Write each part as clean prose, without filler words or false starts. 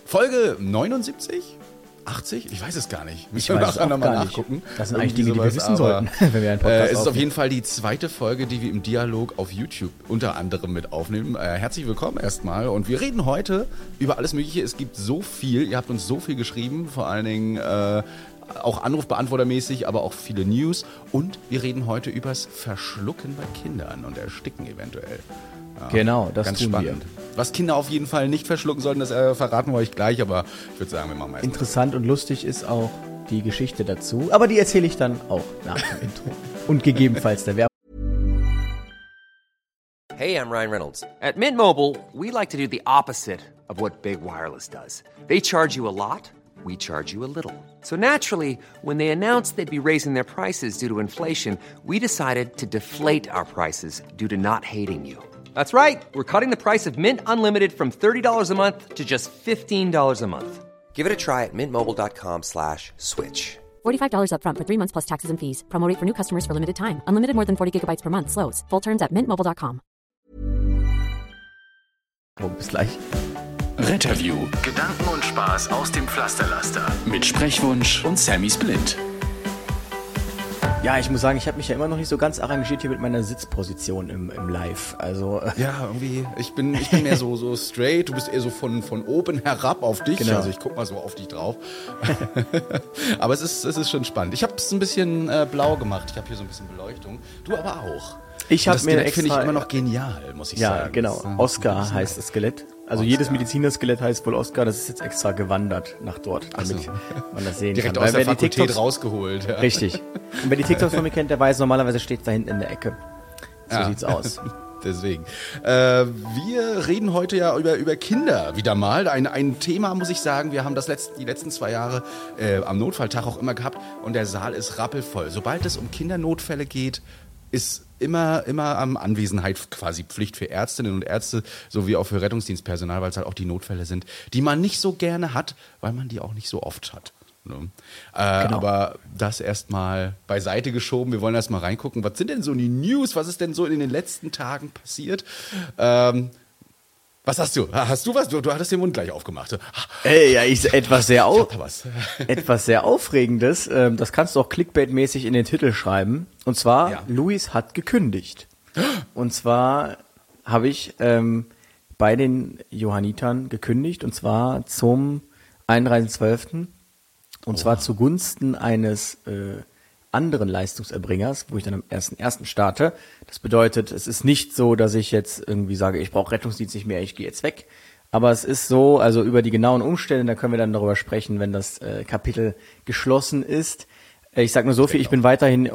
Folge 79? 80? Ich weiß es gar nicht. Ich weiß es auch gar nachgucken. Nicht. Das sind eigentlich Dinge, die wir wissen sollten, wenn wir einen Podcast Es ist auf jeden Fall die zweite Folge, die wir im Dialog auf YouTube unter anderem mit aufnehmen. Herzlich willkommen erstmal. Und wir reden heute über alles Mögliche. Es gibt so viel. Ihr habt uns so viel geschrieben. Vor allen Dingen auch anrufbeantwortermäßig, aber auch viele News. Und wir reden heute übers Verschlucken bei Kindern und Ersticken eventuell. Ja, genau, das ganz tun spannend. wir. Was Kinder auf jeden Fall nicht verschlucken sollten, das verraten wir euch gleich, aber ich würde sagen, wir machen mal. Interessant und lustig ist auch die Geschichte dazu, aber die erzähle ich dann auch nach dem Intro. Und gegebenenfalls der Werbung. Hey, I'm Ryan Reynolds. At Mint Mobile, we like to do the opposite of what Big Wireless does. They charge you a lot, we charge you a little. So naturally, when they announced they'd be raising their prices due to inflation, we decided to deflate our prices due to not hating you. That's right. We're cutting the price of Mint Unlimited from $30 a month to just $15 a month. Give it a try at mintmobile.com/switch. $45 up front for 3 months plus taxes and fees. Promo rate for new customers for limited time. Unlimited more than 40 gigabytes per month. Slows full terms at mintmobile.com. Bis gleich. Retterview. Gedanken und Spaß aus dem Pflasterlaster. Mit Sprechwunsch und Sammy Splint. Ja, ich muss sagen, ich habe mich ja immer noch nicht so ganz arrangiert hier mit meiner Sitzposition im Live. Also ja, irgendwie, ich bin mehr so straight, du bist eher so von oben herab auf dich, genau. Also ich guck mal so auf dich drauf. Aber es ist schon spannend. Ich habe es ein bisschen blau gemacht, ich habe hier so ein bisschen Beleuchtung, du aber auch. Ich habe mir extra, finde ich immer noch genial, muss ich sagen. Ja, genau. Oscar heißt das Skelett. Also Oscar. Jedes Medizinerskelett heißt wohl Oscar. Das ist jetzt extra gewandert nach dort, damit man das sehen direkt kann. Direkt aus der Fakultät TikToks rausgeholt. Ja. Richtig. Und wer die TikToks von mir kennt, der weiß, normalerweise steht es da hinten in der Ecke. So sieht's aus. Deswegen. Wir reden heute ja über Kinder wieder mal. Ein Thema, muss ich sagen, wir haben die letzten 2 Jahre am Notfalltag auch immer gehabt und der Saal ist rappelvoll. Sobald es um Kindernotfälle geht, ist immer Anwesenheit quasi Pflicht für Ärztinnen und Ärzte, sowie auch für Rettungsdienstpersonal, weil es halt auch die Notfälle sind, die man nicht so gerne hat, weil man die auch nicht so oft hat. Ne? Genau. Aber das erstmal beiseite geschoben. Wir wollen erstmal reingucken, was sind denn so die News, was ist denn so in den letzten Tagen passiert? Was hast du? Hast du was? Du hattest den Mund gleich aufgemacht. Ja, etwas sehr Aufregendes. Das kannst du auch Clickbait-mäßig in den Titel schreiben. Und zwar, ja. Luis hat gekündigt. Und zwar habe ich bei den Johannitern gekündigt. Und zwar zum 31.12. Und zwar zugunsten eines anderen Leistungserbringers, wo ich dann am 1.1. starte. Das bedeutet, es ist nicht so, dass ich jetzt irgendwie sage, ich brauche Rettungsdienst nicht mehr, ich gehe jetzt weg. Aber es ist so, also über die genauen Umstände, da können wir dann darüber sprechen, wenn das Kapitel geschlossen ist. Ich sage nur so viel, ich bin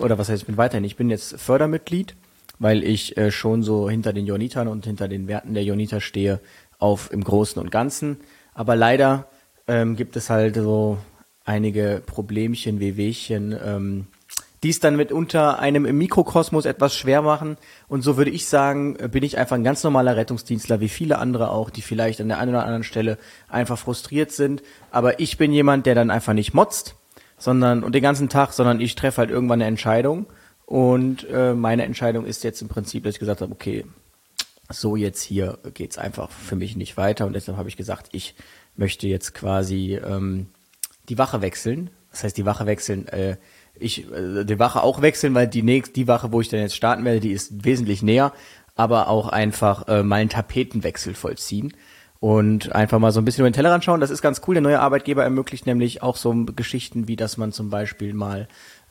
jetzt Fördermitglied, weil ich schon so hinter den Johannitern und hinter den Werten der Johanniter stehe, im Großen und Ganzen. Aber leider gibt es halt so einige Problemchen, Wehwehchen, die es dann mitunter einem im Mikrokosmos etwas schwer machen. Und so würde ich sagen, bin ich einfach ein ganz normaler Rettungsdienstler, wie viele andere auch, die vielleicht an der einen oder anderen Stelle einfach frustriert sind. Aber ich bin jemand, der dann einfach nicht motzt, sondern ich treffe halt irgendwann eine Entscheidung. Und meine Entscheidung ist jetzt im Prinzip, dass ich gesagt habe, okay, so jetzt hier geht's einfach für mich nicht weiter. Und deshalb habe ich gesagt, ich möchte jetzt quasi die Wache wechseln. Das heißt, die Wache wechseln, die Wache auch wechseln, weil die Wache, wo ich dann jetzt starten werde, die ist wesentlich näher, aber auch einfach mal einen Tapetenwechsel vollziehen und einfach mal so ein bisschen über den Tellerrand schauen. Das ist ganz cool. Der neue Arbeitgeber ermöglicht nämlich auch so Geschichten, wie dass man zum Beispiel mal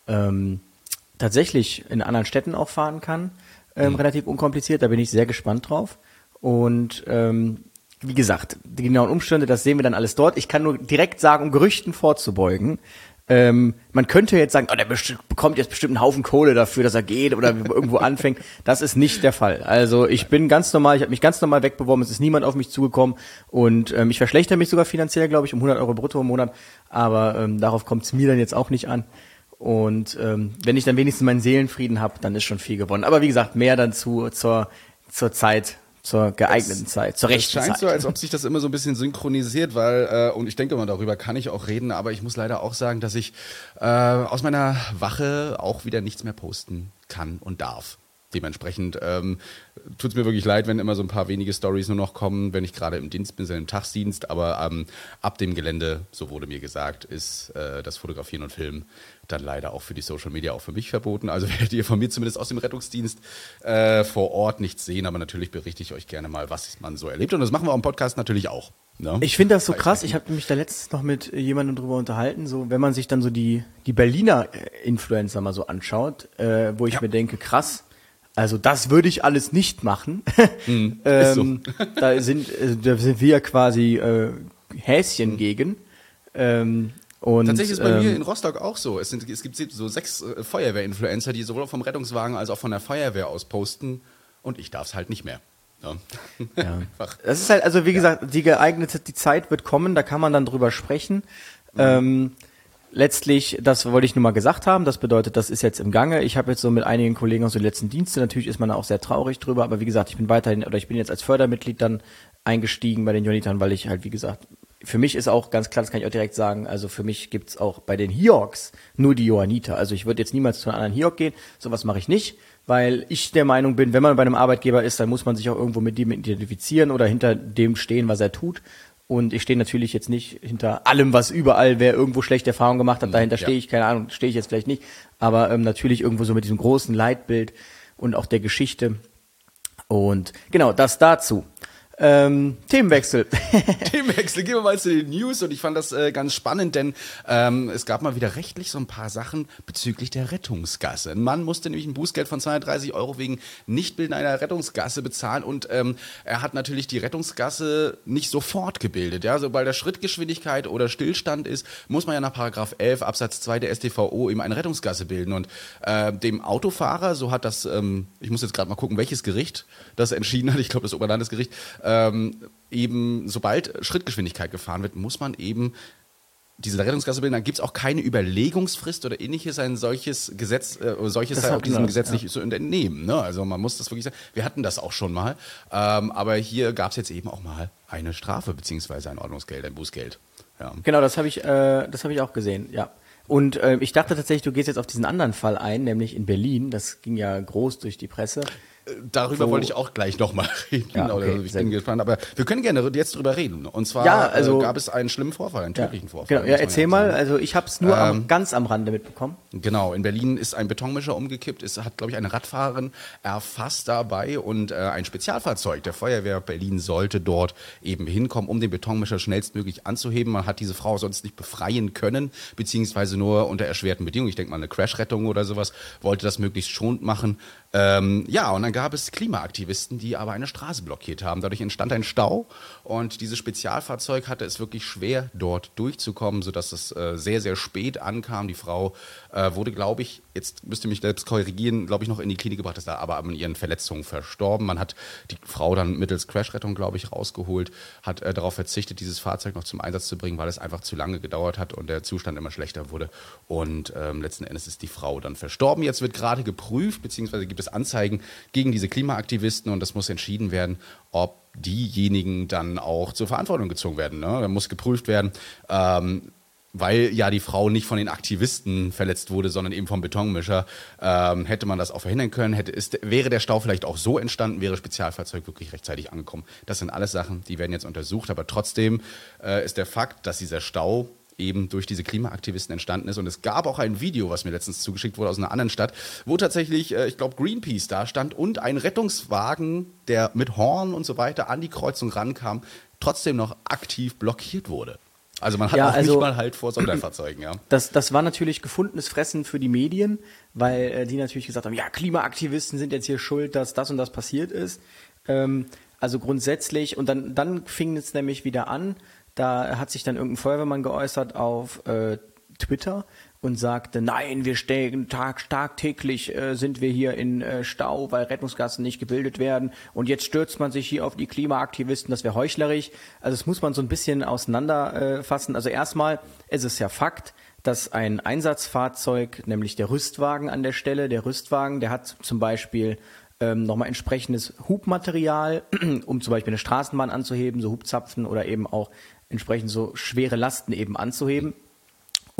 tatsächlich in anderen Städten auch fahren kann, relativ unkompliziert. Da bin ich sehr gespannt drauf. Und wie gesagt, die genauen Umstände, das sehen wir dann alles dort. Ich kann nur direkt sagen, um Gerüchten vorzubeugen, man könnte jetzt sagen, der bekommt jetzt bestimmt einen Haufen Kohle dafür, dass er geht oder irgendwo anfängt. Das ist nicht der Fall. Also ich bin ganz normal, ich habe mich ganz normal wegbeworben, es ist niemand auf mich zugekommen und ich verschlechter mich sogar finanziell, glaube ich, um 100 Euro brutto im Monat, aber darauf kommt es mir dann jetzt auch nicht an. Und wenn ich dann wenigstens meinen Seelenfrieden habe, dann ist schon viel gewonnen. Aber wie gesagt, mehr dann zur Zeit, zur geeigneten Zeit, zur rechten Zeit. Es scheint so, als ob sich das immer so ein bisschen synchronisiert, weil, und ich denke mal, darüber kann ich auch reden, aber ich muss leider auch sagen, dass ich aus meiner Wache auch wieder nichts mehr posten kann und darf. dementsprechend tut es mir wirklich leid, wenn immer so ein paar wenige Storys nur noch kommen, wenn ich gerade im Dienst bin, im Tagsdienst, aber ab dem Gelände, so wurde mir gesagt, ist das Fotografieren und Filmen dann leider auch für die Social Media, auch für mich verboten. Also werdet ihr von mir zumindest aus dem Rettungsdienst vor Ort nichts sehen, aber natürlich berichte ich euch gerne mal, was man so erlebt. Und das machen wir auch im Podcast natürlich auch. Ne? Ich finde das so krass. Ich habe mich da letztens noch mit jemandem drüber unterhalten, so wenn man sich dann so die Berliner Influencer mal so anschaut, wo ich mir denke, krass, also das würde ich alles nicht machen. Ist so. Da sind wir quasi Häschen gegen. Und, tatsächlich ist bei mir in Rostock auch so. Es gibt so 6 Feuerwehrinfluencer, die sowohl vom Rettungswagen als auch von der Feuerwehr aus posten und ich darf es halt nicht mehr. Ja. Das ist halt, also wie gesagt, die Zeit wird kommen, da kann man dann drüber sprechen. Letztlich, das wollte ich nur mal gesagt haben, das bedeutet, das ist jetzt im Gange. Ich habe jetzt so mit einigen Kollegen aus den letzten Diensten, natürlich ist man da auch sehr traurig drüber, aber wie gesagt, ich bin jetzt als Fördermitglied dann eingestiegen bei den Johannitern, weil ich halt, wie gesagt, für mich ist auch ganz klar, das kann ich auch direkt sagen, also für mich gibt's auch bei den Hioks nur die Johanniter. Also ich würde jetzt niemals zu einem anderen Hiok gehen, sowas mache ich nicht, weil ich der Meinung bin, wenn man bei einem Arbeitgeber ist, dann muss man sich auch irgendwo mit dem identifizieren oder hinter dem stehen, was er tut. Und ich stehe natürlich jetzt nicht hinter allem, was überall, wer irgendwo schlechte Erfahrungen gemacht hat, dahinter stehe ich, keine Ahnung, stehe ich jetzt vielleicht nicht, aber natürlich irgendwo so mit diesem großen Leitbild und auch der Geschichte. Und genau, das dazu. Themenwechsel. Themenwechsel, gehen wir mal zu den News und ich fand das ganz spannend, denn es gab mal wieder rechtlich so ein paar Sachen bezüglich der Rettungsgasse. Ein Mann musste nämlich ein Bußgeld von 230 € wegen Nichtbilden einer Rettungsgasse bezahlen und er hat natürlich die Rettungsgasse nicht sofort gebildet. Ja? Sobald der Schrittgeschwindigkeit oder Stillstand ist, muss man ja nach § 11 Absatz 2 der StVO eben eine Rettungsgasse bilden und dem Autofahrer, so hat das, ich muss jetzt gerade mal gucken, welches Gericht das entschieden hat, ich glaube das Oberlandesgericht, eben sobald Schrittgeschwindigkeit gefahren wird, muss man eben diese Rettungsgasse bilden. Dann gibt es auch keine Überlegungsfrist oder ähnliches, ein solches Gesetz, sei auch diesem Gesetz nicht zu entnehmen. Ne? Also man muss das wirklich sagen. Wir hatten das auch schon mal, aber hier gab es jetzt eben auch mal eine Strafe beziehungsweise ein Ordnungsgeld, ein Bußgeld. Ja. Genau, das habe ich auch gesehen, ja. Und ich dachte tatsächlich, du gehst jetzt auf diesen anderen Fall ein, nämlich in Berlin. Das ging ja groß durch die Presse. Darüber wollte ich auch gleich nochmal reden. Ja, okay, ich bin gespannt, aber wir können gerne jetzt drüber reden. Und zwar gab es einen schlimmen Vorfall, einen tödlichen Vorfall. Genau, erzähl mal, also ich habe es nur ganz am Rande mitbekommen. Genau, in Berlin ist ein Betonmischer umgekippt, es hat, glaube ich, eine Radfahrerin erfasst dabei und ein Spezialfahrzeug der Feuerwehr Berlin sollte dort eben hinkommen, um den Betonmischer schnellstmöglich anzuheben. Man hat diese Frau sonst nicht befreien können, beziehungsweise nur unter erschwerten Bedingungen. Ich denke mal eine Crashrettung oder sowas, wollte das möglichst schonend machen. Und dann gab es Klimaaktivisten, die aber eine Straße blockiert haben. Dadurch entstand ein Stau und dieses Spezialfahrzeug hatte es wirklich schwer, dort durchzukommen, sodass es sehr, sehr spät ankam. Die Frau wurde, glaube ich, jetzt müsst ihr mich selbst korrigieren, glaube ich, noch in die Klinik gebracht, ist da aber an ihren Verletzungen verstorben. Man hat die Frau dann mittels Crashrettung, glaube ich, rausgeholt, hat darauf verzichtet, dieses Fahrzeug noch zum Einsatz zu bringen, weil es einfach zu lange gedauert hat und der Zustand immer schlechter wurde. Und letzten Endes ist die Frau dann verstorben. Jetzt wird gerade geprüft, beziehungsweise gibt es Anzeigen gegen diese Klimaaktivisten und das muss entschieden werden, ob diejenigen dann auch zur Verantwortung gezogen werden. Ne? Da muss geprüft werden, weil ja die Frau nicht von den Aktivisten verletzt wurde, sondern eben vom Betonmischer, hätte man das auch verhindern können, wäre der Stau vielleicht auch so entstanden, wäre das Spezialfahrzeug wirklich rechtzeitig angekommen. Das sind alles Sachen, die werden jetzt untersucht, aber trotzdem ist der Fakt, dass dieser Stau eben durch diese Klimaaktivisten entstanden ist. Und es gab auch ein Video, was mir letztens zugeschickt wurde aus einer anderen Stadt, wo tatsächlich, ich glaube, Greenpeace da stand und ein Rettungswagen, der mit Horn und so weiter an die Kreuzung rankam, trotzdem noch aktiv blockiert wurde. Also man hat nicht mal halt vor Sonderfahrzeugen, ja. Das war natürlich gefundenes Fressen für die Medien, weil die natürlich gesagt haben, ja, Klimaaktivisten sind jetzt hier schuld, dass das und das passiert ist. Also grundsätzlich, und dann fing es nämlich wieder an, da hat sich dann irgendein Feuerwehrmann geäußert auf Twitter und sagte, nein, wir stehen tagtäglich sind wir hier in Stau, weil Rettungsgassen nicht gebildet werden und jetzt stürzt man sich hier auf die Klimaaktivisten, das wäre heuchlerisch. Also das muss man so ein bisschen auseinanderfassen. Also erstmal ist es ja Fakt, dass ein Einsatzfahrzeug, nämlich der Rüstwagen an der Stelle, der hat zum Beispiel nochmal entsprechendes Hubmaterial, um zum Beispiel eine Straßenbahn anzuheben, so Hubzapfen oder eben auch entsprechend so schwere Lasten eben anzuheben.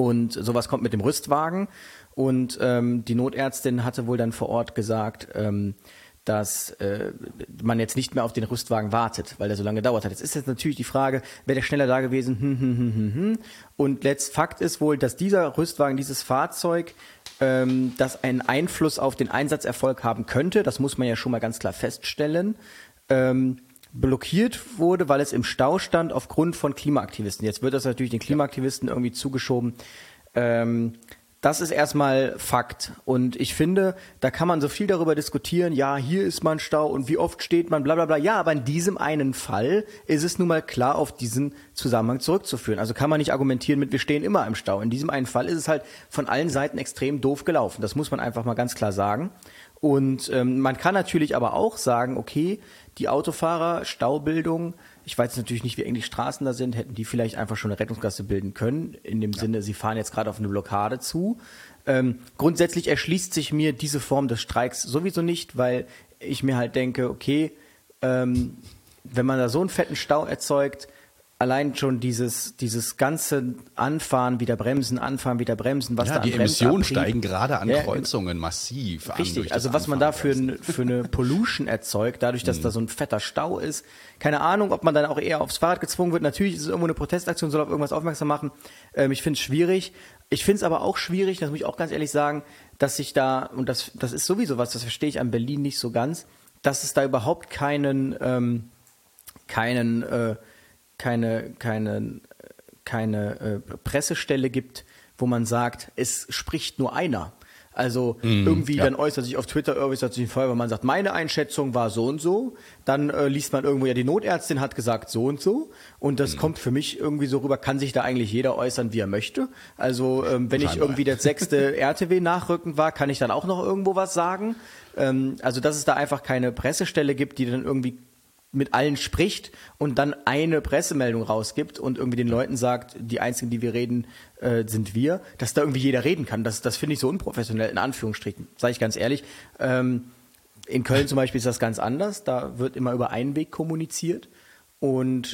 Und sowas kommt mit dem Rüstwagen. Und die Notärztin hatte wohl dann vor Ort gesagt, dass man jetzt nicht mehr auf den Rüstwagen wartet, weil der so lange gedauert hat. Jetzt ist natürlich die Frage, wäre der schneller da gewesen? Und Fakt ist wohl, dass dieser Rüstwagen, dieses Fahrzeug, das einen Einfluss auf den Einsatzerfolg haben könnte, das muss man ja schon mal ganz klar feststellen, blockiert wurde, weil es im Stau stand aufgrund von Klimaaktivisten. Jetzt wird das natürlich den Klimaaktivisten irgendwie zugeschoben. Das ist erstmal Fakt. Und ich finde, da kann man so viel darüber diskutieren, ja, hier ist man Stau und wie oft steht man, bla bla bla. Ja, aber in diesem einen Fall ist es nun mal klar auf diesen Zusammenhang zurückzuführen. Also kann man nicht argumentieren mit, wir stehen immer im Stau. In diesem einen Fall ist es halt von allen Seiten extrem doof gelaufen. Das muss man einfach mal ganz klar sagen. Und man kann natürlich aber auch sagen, okay, die Autofahrer, Staubildung, ich weiß natürlich nicht, wie eng die Straßen da sind, hätten die vielleicht einfach schon eine Rettungsgasse bilden können, in dem Sinne, sie fahren jetzt gerade auf eine Blockade zu. Grundsätzlich erschließt sich mir diese Form des Streiks sowieso nicht, weil ich mir halt denke, okay, wenn man da so einen fetten Stau erzeugt, allein schon dieses ganze Anfahren, wieder bremsen, was da an die Emissionen steigen gerade an Kreuzungen massiv an. Richtig, also was man da für eine Pollution erzeugt, dadurch, dass da so ein fetter Stau ist. Keine Ahnung, ob man dann auch eher aufs Fahrrad gezwungen wird. Natürlich ist es irgendwo eine Protestaktion, soll auf irgendwas aufmerksam machen. Ich finde es schwierig. Ich finde es aber auch schwierig, das muss ich auch ganz ehrlich sagen, dass sich da, und das ist sowieso was, das verstehe ich an Berlin nicht so ganz, dass es da überhaupt keine Pressestelle gibt, wo man sagt, es spricht nur einer. Also dann äußert sich auf Twitter, äußert sich ein Feuerwehr, man sagt, meine Einschätzung war so und so. Dann liest man irgendwo, ja, die Notärztin hat gesagt so und so. Und das kommt für mich irgendwie so rüber, kann sich da eigentlich jeder äußern, wie er möchte. Also wenn ich irgendwie der 6. RTW nachrückend war, kann ich dann auch noch irgendwo was sagen. Also dass es da einfach keine Pressestelle gibt, die dann irgendwie mit allen spricht und dann eine Pressemeldung rausgibt und irgendwie den Leuten sagt, die einzigen, die wir reden, sind wir, dass da irgendwie jeder reden kann. Das finde ich so unprofessionell, in Anführungsstrichen, sage ich ganz ehrlich. In Köln zum Beispiel ist das ganz anders. Da wird immer über einen Weg kommuniziert und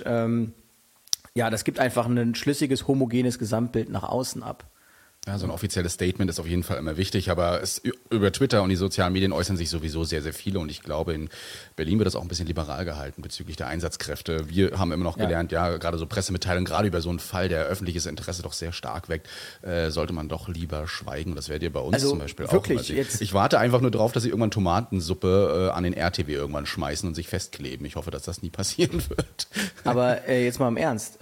das gibt einfach ein schlüssiges, homogenes Gesamtbild nach außen ab. Ja, so ein offizielles Statement ist auf jeden Fall immer wichtig, aber über Twitter und die sozialen Medien äußern sich sowieso sehr, sehr viele und ich glaube, in Berlin wird das auch ein bisschen liberal gehalten bezüglich der Einsatzkräfte. Wir haben immer noch gelernt, gerade so Pressemitteilungen, gerade über so einen Fall, der öffentliches Interesse doch sehr stark weckt, sollte man doch lieber schweigen. Das werdet ihr bei uns zum Beispiel wirklich, auch. Also ich warte einfach nur drauf, dass sie irgendwann Tomatensuppe an den RTW irgendwann schmeißen und sich festkleben. Ich hoffe, dass das nie passieren wird. Aber jetzt mal im Ernst,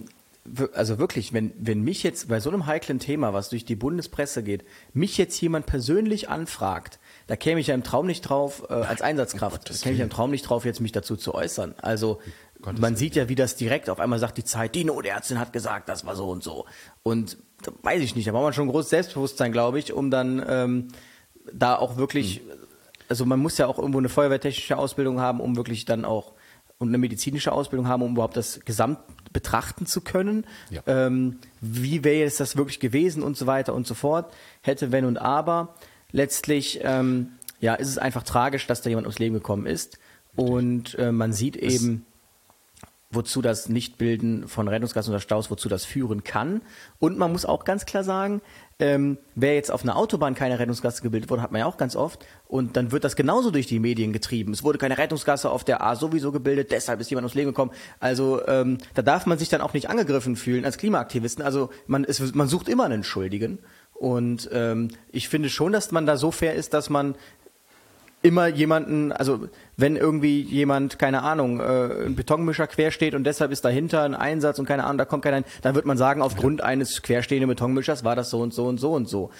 also wirklich, wenn mich jetzt bei so einem heiklen Thema, was durch die Bundespresse geht, mich jetzt jemand persönlich anfragt, da käme ich ja im Traum nicht drauf, als Einsatzkraft, da käme ich ja im Traum nicht drauf, jetzt mich dazu zu äußern. Also man sieht ja, wie das direkt auf einmal sagt, die Zeit, die Notärztin hat gesagt, das war so und so. Und da weiß ich nicht, da braucht man schon ein großes Selbstbewusstsein, glaube ich, um dann da auch wirklich, also man muss ja auch irgendwo eine feuerwehrtechnische Ausbildung haben, um wirklich dann auch und eine medizinische Ausbildung haben, um überhaupt das Gesamt betrachten zu können. Ja. Wie wäre jetzt das wirklich gewesen und so weiter und so fort. Hätte, wenn und aber. Letztlich ist es einfach tragisch, dass da jemand ums Leben gekommen ist. Und man sieht eben, wozu das Nichtbilden von Rettungsgassen oder Staus, wozu das führen kann. Und man muss auch ganz klar sagen, wer jetzt auf einer Autobahn keine Rettungsgasse gebildet wurde, hat man ja auch ganz oft. Und dann wird das genauso durch die Medien getrieben. Es wurde keine Rettungsgasse auf der A sowieso gebildet, deshalb ist jemand ums Leben gekommen. Also da darf man sich dann auch nicht angegriffen fühlen als Klimaaktivisten. Also man sucht immer einen Schuldigen. Und ich finde schon, dass man da so fair ist, dass man immer jemanden, also wenn irgendwie jemand, keine Ahnung, ein Betonmischer quer steht und deshalb ist dahinter ein Einsatz und keine Ahnung, da kommt keiner hin, dann wird man sagen, aufgrund eines querstehenden Betonmischers war das so und so und so und so.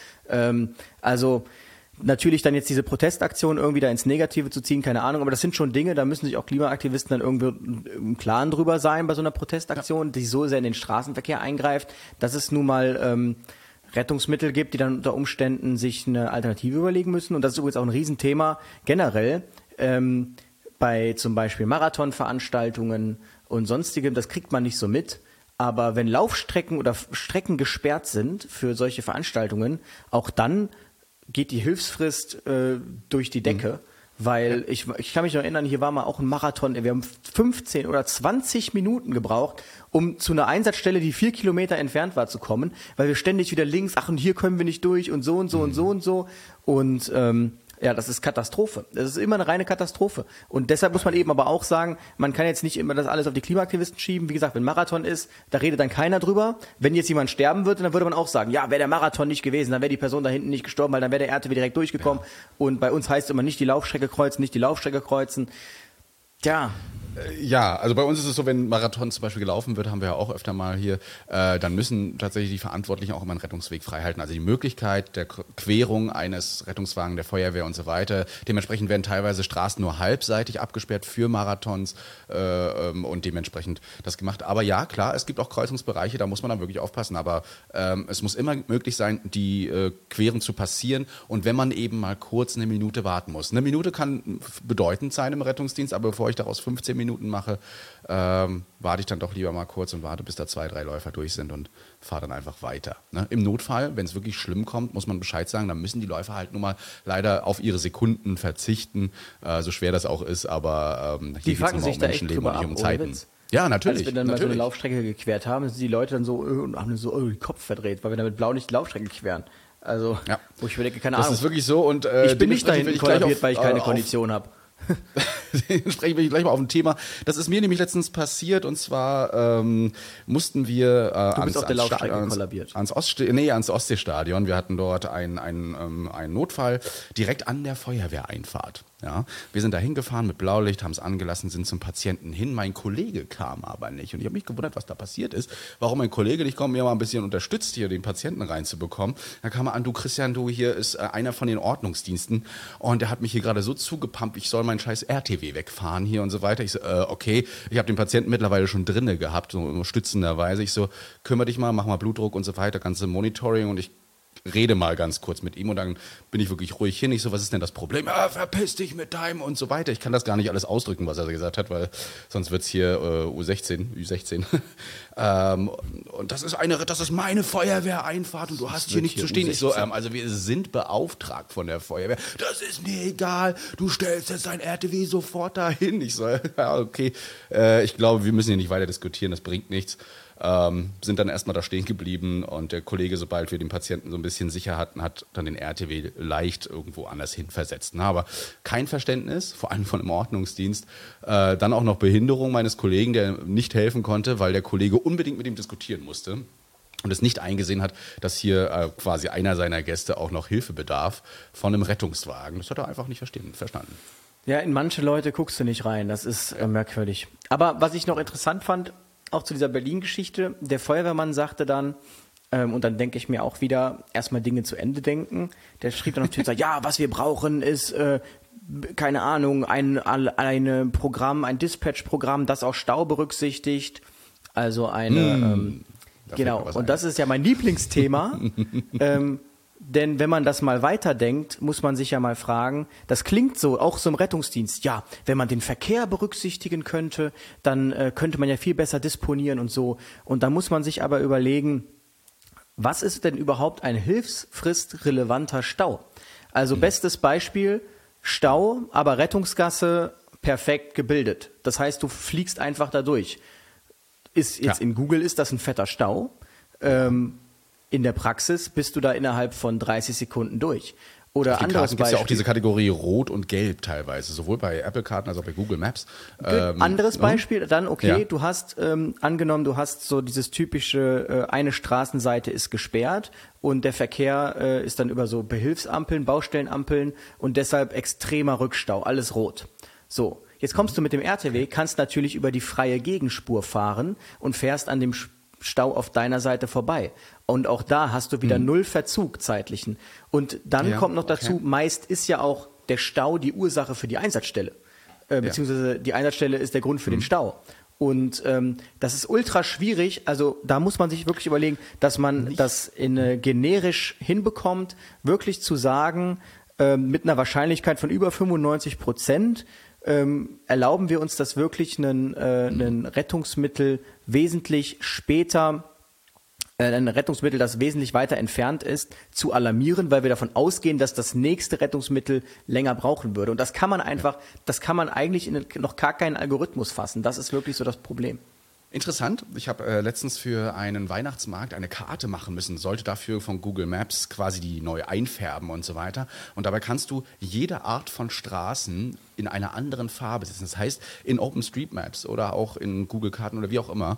Also natürlich dann jetzt diese Protestaktion irgendwie da ins Negative zu ziehen, keine Ahnung, aber das sind schon Dinge, da müssen sich auch Klimaaktivisten dann irgendwie im Klaren drüber sein bei so einer Protestaktion, die so sehr in den Straßenverkehr eingreift, dass es nun mal Rettungsmittel gibt, die dann unter Umständen sich eine Alternative überlegen müssen. Und das ist übrigens auch ein Riesenthema generell bei zum Beispiel Marathonveranstaltungen und sonstigem. Das kriegt man nicht so mit. Aber wenn Laufstrecken oder Strecken gesperrt sind für solche Veranstaltungen, auch dann geht die Hilfsfrist durch die Decke. Weil ich kann mich noch erinnern, hier war mal auch ein Marathon, wir haben 15 oder 20 Minuten gebraucht, um zu einer Einsatzstelle, die 4 Kilometer entfernt war, zu kommen, weil wir ständig wieder links, ach und hier können wir nicht durch und so und so und so und so. Und ja, das ist Katastrophe. Das ist immer eine reine Katastrophe. Und deshalb muss man eben aber auch sagen, man kann jetzt nicht immer das alles auf die Klimaaktivisten schieben. Wie gesagt, wenn Marathon ist, da redet dann keiner drüber. Wenn jetzt jemand sterben würde, dann würde man auch sagen, ja, wäre der Marathon nicht gewesen, dann wäre die Person da hinten nicht gestorben, weil dann wäre der RTW direkt durchgekommen. Ja. Und bei uns heißt es immer nicht die Laufstrecke kreuzen, nicht die Laufstrecke kreuzen. Tja. Ja, also bei uns ist es so, wenn Marathon zum Beispiel gelaufen wird, haben wir ja auch öfter mal hier, dann müssen tatsächlich die Verantwortlichen auch immer einen Rettungsweg freihalten. Also die Möglichkeit der Querung eines Rettungswagens, der Feuerwehr und so weiter. Dementsprechend werden teilweise Straßen nur halbseitig abgesperrt für Marathons und dementsprechend das gemacht. Aber ja, klar, es gibt auch Kreuzungsbereiche, da muss man dann wirklich aufpassen. Aber es muss immer möglich sein, die Querung zu passieren. Und wenn man eben mal kurz eine Minute warten muss. Eine Minute kann bedeutend sein im Rettungsdienst, aber bevor ich daraus 15 Minuten mache, warte ich dann doch lieber mal kurz und warte, bis da 2, 3 Läufer durch sind und fahre dann einfach weiter. Ne? Im Notfall, wenn es wirklich schlimm kommt, muss man Bescheid sagen, dann müssen die Läufer halt nun mal leider auf ihre Sekunden verzichten, so schwer das auch ist, aber hier geht es nur um Menschenleben und nicht um Zeiten. Ja, natürlich. Als wir dann mal so eine Laufstrecke gequert haben, sind die Leute dann so und haben so den Kopf verdreht, weil wir dann mit Blaulicht die Laufstrecke queren. Also, ja. Wo ich mir denke, keine Ahnung. Das ist wirklich so. Und, ich bin nicht dahin kollabiert, weil ich keine Kondition habe. Sprechen wir gleich mal auf ein Thema. Das ist mir nämlich letztens passiert und zwar mussten wir ans Ostseestadion. Wir hatten dort einen Notfall direkt an der Feuerwehreinfahrt. Ja, wir sind da hingefahren mit Blaulicht, haben es angelassen, sind zum Patienten hin. Mein Kollege kam aber nicht und ich habe mich gewundert, was da passiert ist. Warum mein Kollege nicht kommt, mir mal ein bisschen unterstützt, hier den Patienten reinzubekommen. Dann kam er an, du Christian, du, hier ist einer von den Ordnungsdiensten und der hat mich hier gerade so zugepumpt, ich soll meinen scheiß RTW wegfahren hier und so weiter. Ich so, okay, ich habe den Patienten mittlerweile schon drinne gehabt, so stützenderweise. Ich so, kümmere dich mal, mach mal Blutdruck und so weiter, ganze Monitoring und ich rede mal ganz kurz mit ihm und dann bin ich wirklich ruhig hin. Ich so, was ist denn das Problem? Ja, verpiss dich mit deinem und so weiter. Ich kann das gar nicht alles ausdrücken, was er gesagt hat, weil sonst wird's hier Ü16. Und das ist meine Feuerwehreinfahrt und du hast hier nicht zu stehen. Ich so, also wir sind beauftragt von der Feuerwehr. Das ist mir egal. Du stellst jetzt dein RTW sofort dahin. Ich so, ja, okay. Ich glaube, wir müssen hier nicht weiter diskutieren. Das bringt nichts. Sind dann erstmal da stehen geblieben und der Kollege, sobald wir den Patienten so ein bisschen sicher hatten, hat dann den RTW leicht irgendwo anders hin versetzt. Na, aber kein Verständnis, vor allem von dem Ordnungsdienst. Dann auch noch Behinderung meines Kollegen, der nicht helfen konnte, weil der Kollege unbedingt mit ihm diskutieren musste und es nicht eingesehen hat, dass hier quasi einer seiner Gäste auch noch Hilfe bedarf von einem Rettungswagen. Das hat er einfach nicht verstanden. Ja, in manche Leute guckst du nicht rein, das ist merkwürdig. Aber was ich noch interessant fand, auch zu dieser Berlin-Geschichte, der Feuerwehrmann sagte dann, und dann denke ich mir auch wieder, erstmal Dinge zu Ende denken, der schrieb dann auf Twitter, ja, was wir brauchen ist, keine Ahnung, ein Dispatch-Programm, das auch Stau berücksichtigt, also genau, und das ist ja mein Lieblingsthema, denn wenn man das mal weiterdenkt, muss man sich ja mal fragen, das klingt so, auch so im Rettungsdienst, ja, wenn man den Verkehr berücksichtigen könnte, dann könnte man ja viel besser disponieren und so. Und da muss man sich aber überlegen, was ist denn überhaupt ein hilfsfristrelevanter Stau? Also bestes Beispiel, Stau, aber Rettungsgasse perfekt gebildet. Das heißt, du fliegst einfach da durch. In Google ist das ein fetter Stau. In der Praxis bist du da innerhalb von 30 Sekunden durch. Oder anderes Beispiel. Gibt es ja auch diese Kategorie Rot und Gelb teilweise, sowohl bei Apple-Karten als auch bei Google Maps. Anderes Beispiel, dann du hast, angenommen, du hast so dieses typische, eine Straßenseite ist gesperrt und der Verkehr ist dann über so Behilfsampeln, Baustellenampeln und deshalb extremer Rückstau, alles rot. So, jetzt kommst du mit dem RTW, kannst natürlich über die freie Gegenspur fahren und fährst an dem Stau auf deiner Seite vorbei. Und auch da hast du wieder null Verzug zeitlichen. Und dann kommt noch dazu, meist ist ja auch der Stau die Ursache für die Einsatzstelle. Beziehungsweise die Einsatzstelle ist der Grund für den Stau. Und das ist ultra schwierig. Also da muss man sich wirklich überlegen, dass man das generisch hinbekommt, wirklich zu sagen, mit einer Wahrscheinlichkeit von über 95%, erlauben wir uns das wirklich, ein Rettungsmittel wesentlich später ein Rettungsmittel, das wesentlich weiter entfernt ist, zu alarmieren, weil wir davon ausgehen, dass das nächste Rettungsmittel länger brauchen würde. Und das kann man eigentlich in noch gar keinen Algorithmus fassen. Das ist wirklich so das Problem. Interessant. Ich habe letztens für einen Weihnachtsmarkt eine Karte machen müssen, sollte dafür von Google Maps quasi die neu einfärben und so weiter. Und dabei kannst du jede Art von Straßen in einer anderen Farbe setzen. Das heißt, in OpenStreetMaps oder auch in Google Karten oder wie auch immer,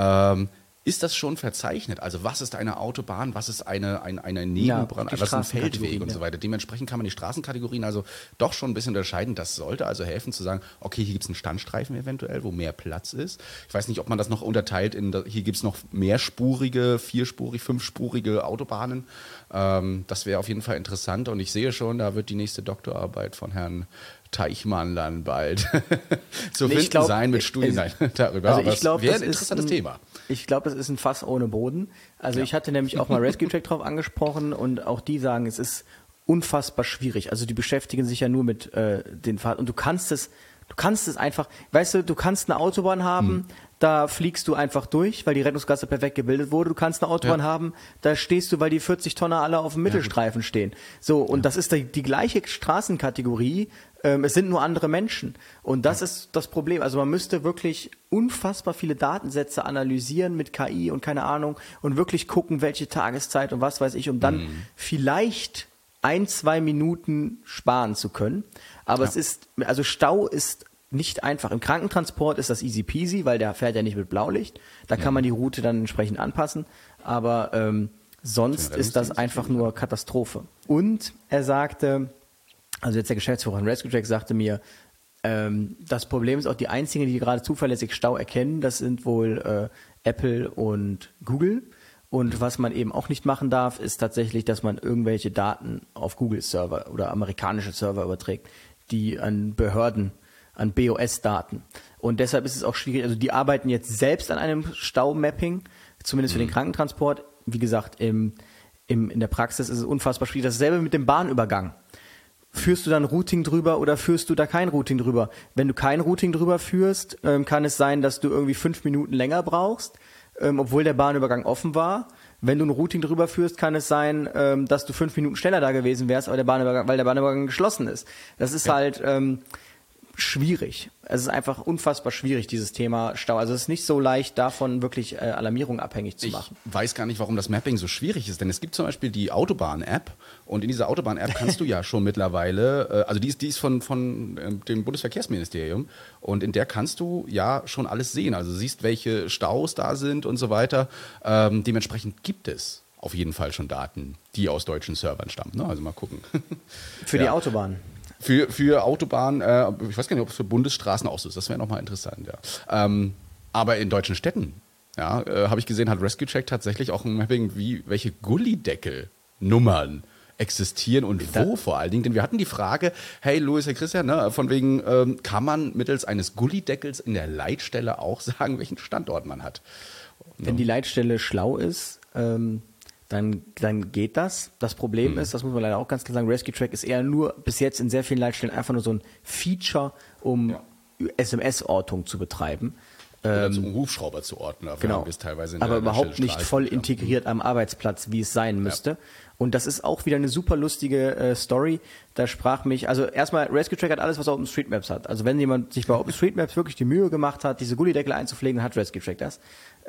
ist das schon verzeichnet? Also was ist eine Autobahn, was ist eine Nebenbahn, was ist ein Feldweg und so weiter. Dementsprechend kann man die Straßenkategorien also doch schon ein bisschen unterscheiden. Das sollte also helfen zu sagen, okay, hier gibt es einen Standstreifen eventuell, wo mehr Platz ist. Ich weiß nicht, ob man das noch unterteilt in, hier gibt es noch mehrspurige, vierspurig, fünfspurige Autobahnen. Das wäre auf jeden Fall interessant und ich sehe schon, da wird die nächste Doktorarbeit von Herrn Teichmann dann bald zu finden sein mit Studien darüber. Also ich glaube, das wäre ein interessantes Thema. Ich glaube, das ist ein Fass ohne Boden. Also ich hatte nämlich auch mal Rescue Track drauf angesprochen und auch die sagen, es ist unfassbar schwierig. Also die beschäftigen sich ja nur mit den Fahrten und du kannst es einfach, weißt du kannst eine Autobahn haben, da fliegst du einfach durch, weil die Rettungsgasse perfekt gebildet wurde. Du kannst eine Autobahn haben, da stehst du, weil die 40 Tonner alle auf dem Mittelstreifen stehen. So, und das ist die gleiche Straßenkategorie, es sind nur andere Menschen. Und das ist das Problem. Also man müsste wirklich unfassbar viele Datensätze analysieren mit KI und keine Ahnung und wirklich gucken, welche Tageszeit und was weiß ich, um dann vielleicht 1-2 Minuten sparen zu können. Aber Stau ist nicht einfach. Im Krankentransport ist das easy peasy, weil der fährt ja nicht mit Blaulicht. Da kann man die Route dann entsprechend anpassen. Aber sonst ist das einfach nur Katastrophe. Und er sagte, also jetzt der Geschäftsführer von Rescue Track sagte mir, das Problem ist auch, die einzigen, die gerade zuverlässig Stau erkennen, das sind wohl Apple und Google. Und was man eben auch nicht machen darf, ist tatsächlich, dass man irgendwelche Daten auf Google-Server oder amerikanische Server überträgt, die an Behörden, an BOS-Daten. Und deshalb ist es auch schwierig, also die arbeiten jetzt selbst an einem Staumapping, zumindest für den Krankentransport. Wie gesagt, in der Praxis ist es unfassbar schwierig. Dasselbe mit dem Bahnübergang. Führst du dann Routing drüber oder führst du da kein Routing drüber? Wenn du kein Routing drüber führst, kann es sein, dass du irgendwie 5 Minuten länger brauchst, obwohl der Bahnübergang offen war. Wenn du ein Routing drüber führst, kann es sein, dass du 5 Minuten schneller da gewesen wärst, weil der Bahnübergang geschlossen ist. Das ist halt schwierig. Es ist einfach unfassbar schwierig, dieses Thema Stau. Also es ist nicht so leicht, davon wirklich Alarmierung abhängig zu machen. Ich weiß gar nicht, warum das Mapping so schwierig ist, denn es gibt zum Beispiel die Autobahn-App und in dieser Autobahn-App kannst du ja schon mittlerweile, also die ist von dem Bundesverkehrsministerium und in der kannst du ja schon alles sehen. Also du siehst, welche Staus da sind und so weiter. Dementsprechend gibt es auf jeden Fall schon Daten, die aus deutschen Servern stammen. Ne? Also mal gucken. Für die Autobahn. Für Autobahnen, ich weiß gar nicht, ob es für Bundesstraßen auch so ist, das wäre nochmal interessant, ja. Aber in deutschen Städten, ja, habe ich gesehen, hat Rescue Check tatsächlich auch ein Mapping, welche Gullideckel-Nummern existieren und wo vor allen Dingen. Denn wir hatten die Frage, hey Louis, Herr Christian, ne, von wegen, kann man mittels eines Gullideckels in der Leitstelle auch sagen, welchen Standort man hat? Wenn die Leitstelle schlau ist, dann geht das. Das Problem ist, das muss man leider auch ganz klar sagen, Rescue Track ist eher nur bis jetzt in sehr vielen Leitstellen einfach nur so ein Feature, um SMS-Ortung zu betreiben. Oder zum Hubschrauber zu orten. Genau, aber überhaupt nicht voll integriert am Arbeitsplatz, wie es sein müsste. Ja. Und das ist auch wieder eine super lustige Story. Da sprach mich, also erstmal, Rescue Track hat alles, was OpenStreetMaps hat. Also wenn jemand sich bei OpenStreetMaps wirklich die Mühe gemacht hat, diese Gullideckel einzupflegen, hat Rescue Track das.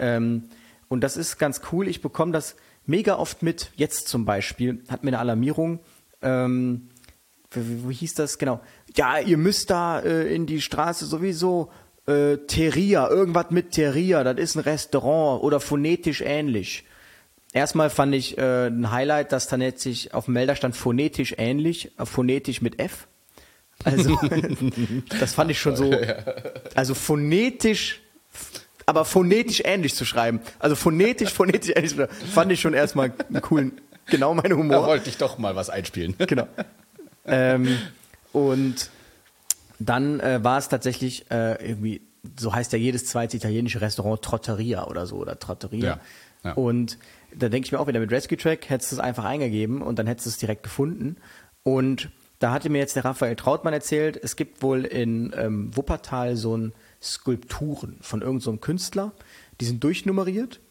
Und das ist ganz cool. Ich bekomme das mega oft mit. Jetzt zum Beispiel hat mir eine Alarmierung, wie hieß das genau? Ja, ihr müsst da in die Straße sowieso Teria, irgendwas mit Teria, das ist ein Restaurant oder phonetisch ähnlich. Erstmal fand ich ein Highlight, dass da nicht sich auf dem Melder stand phonetisch ähnlich, phonetisch mit F. Also das fand ich schon so, also phonetisch, aber phonetisch ähnlich zu schreiben. Also phonetisch ähnlich zu schreiben, fand ich schon erstmal einen coolen, genau mein Humor. Da wollte ich doch mal was einspielen. Genau. Und dann war es tatsächlich irgendwie, so heißt ja jedes zweite italienische Restaurant Trotteria oder so, oder Trattoria. Ja. Und da denke ich mir auch wieder, mit Rescue Track hättest du es einfach eingegeben und dann hättest du es direkt gefunden. Und da hatte mir jetzt der Raphael Trautmann erzählt, es gibt wohl in Wuppertal so ein Skulpturen von irgendeinem Künstler, die sind durchnummeriert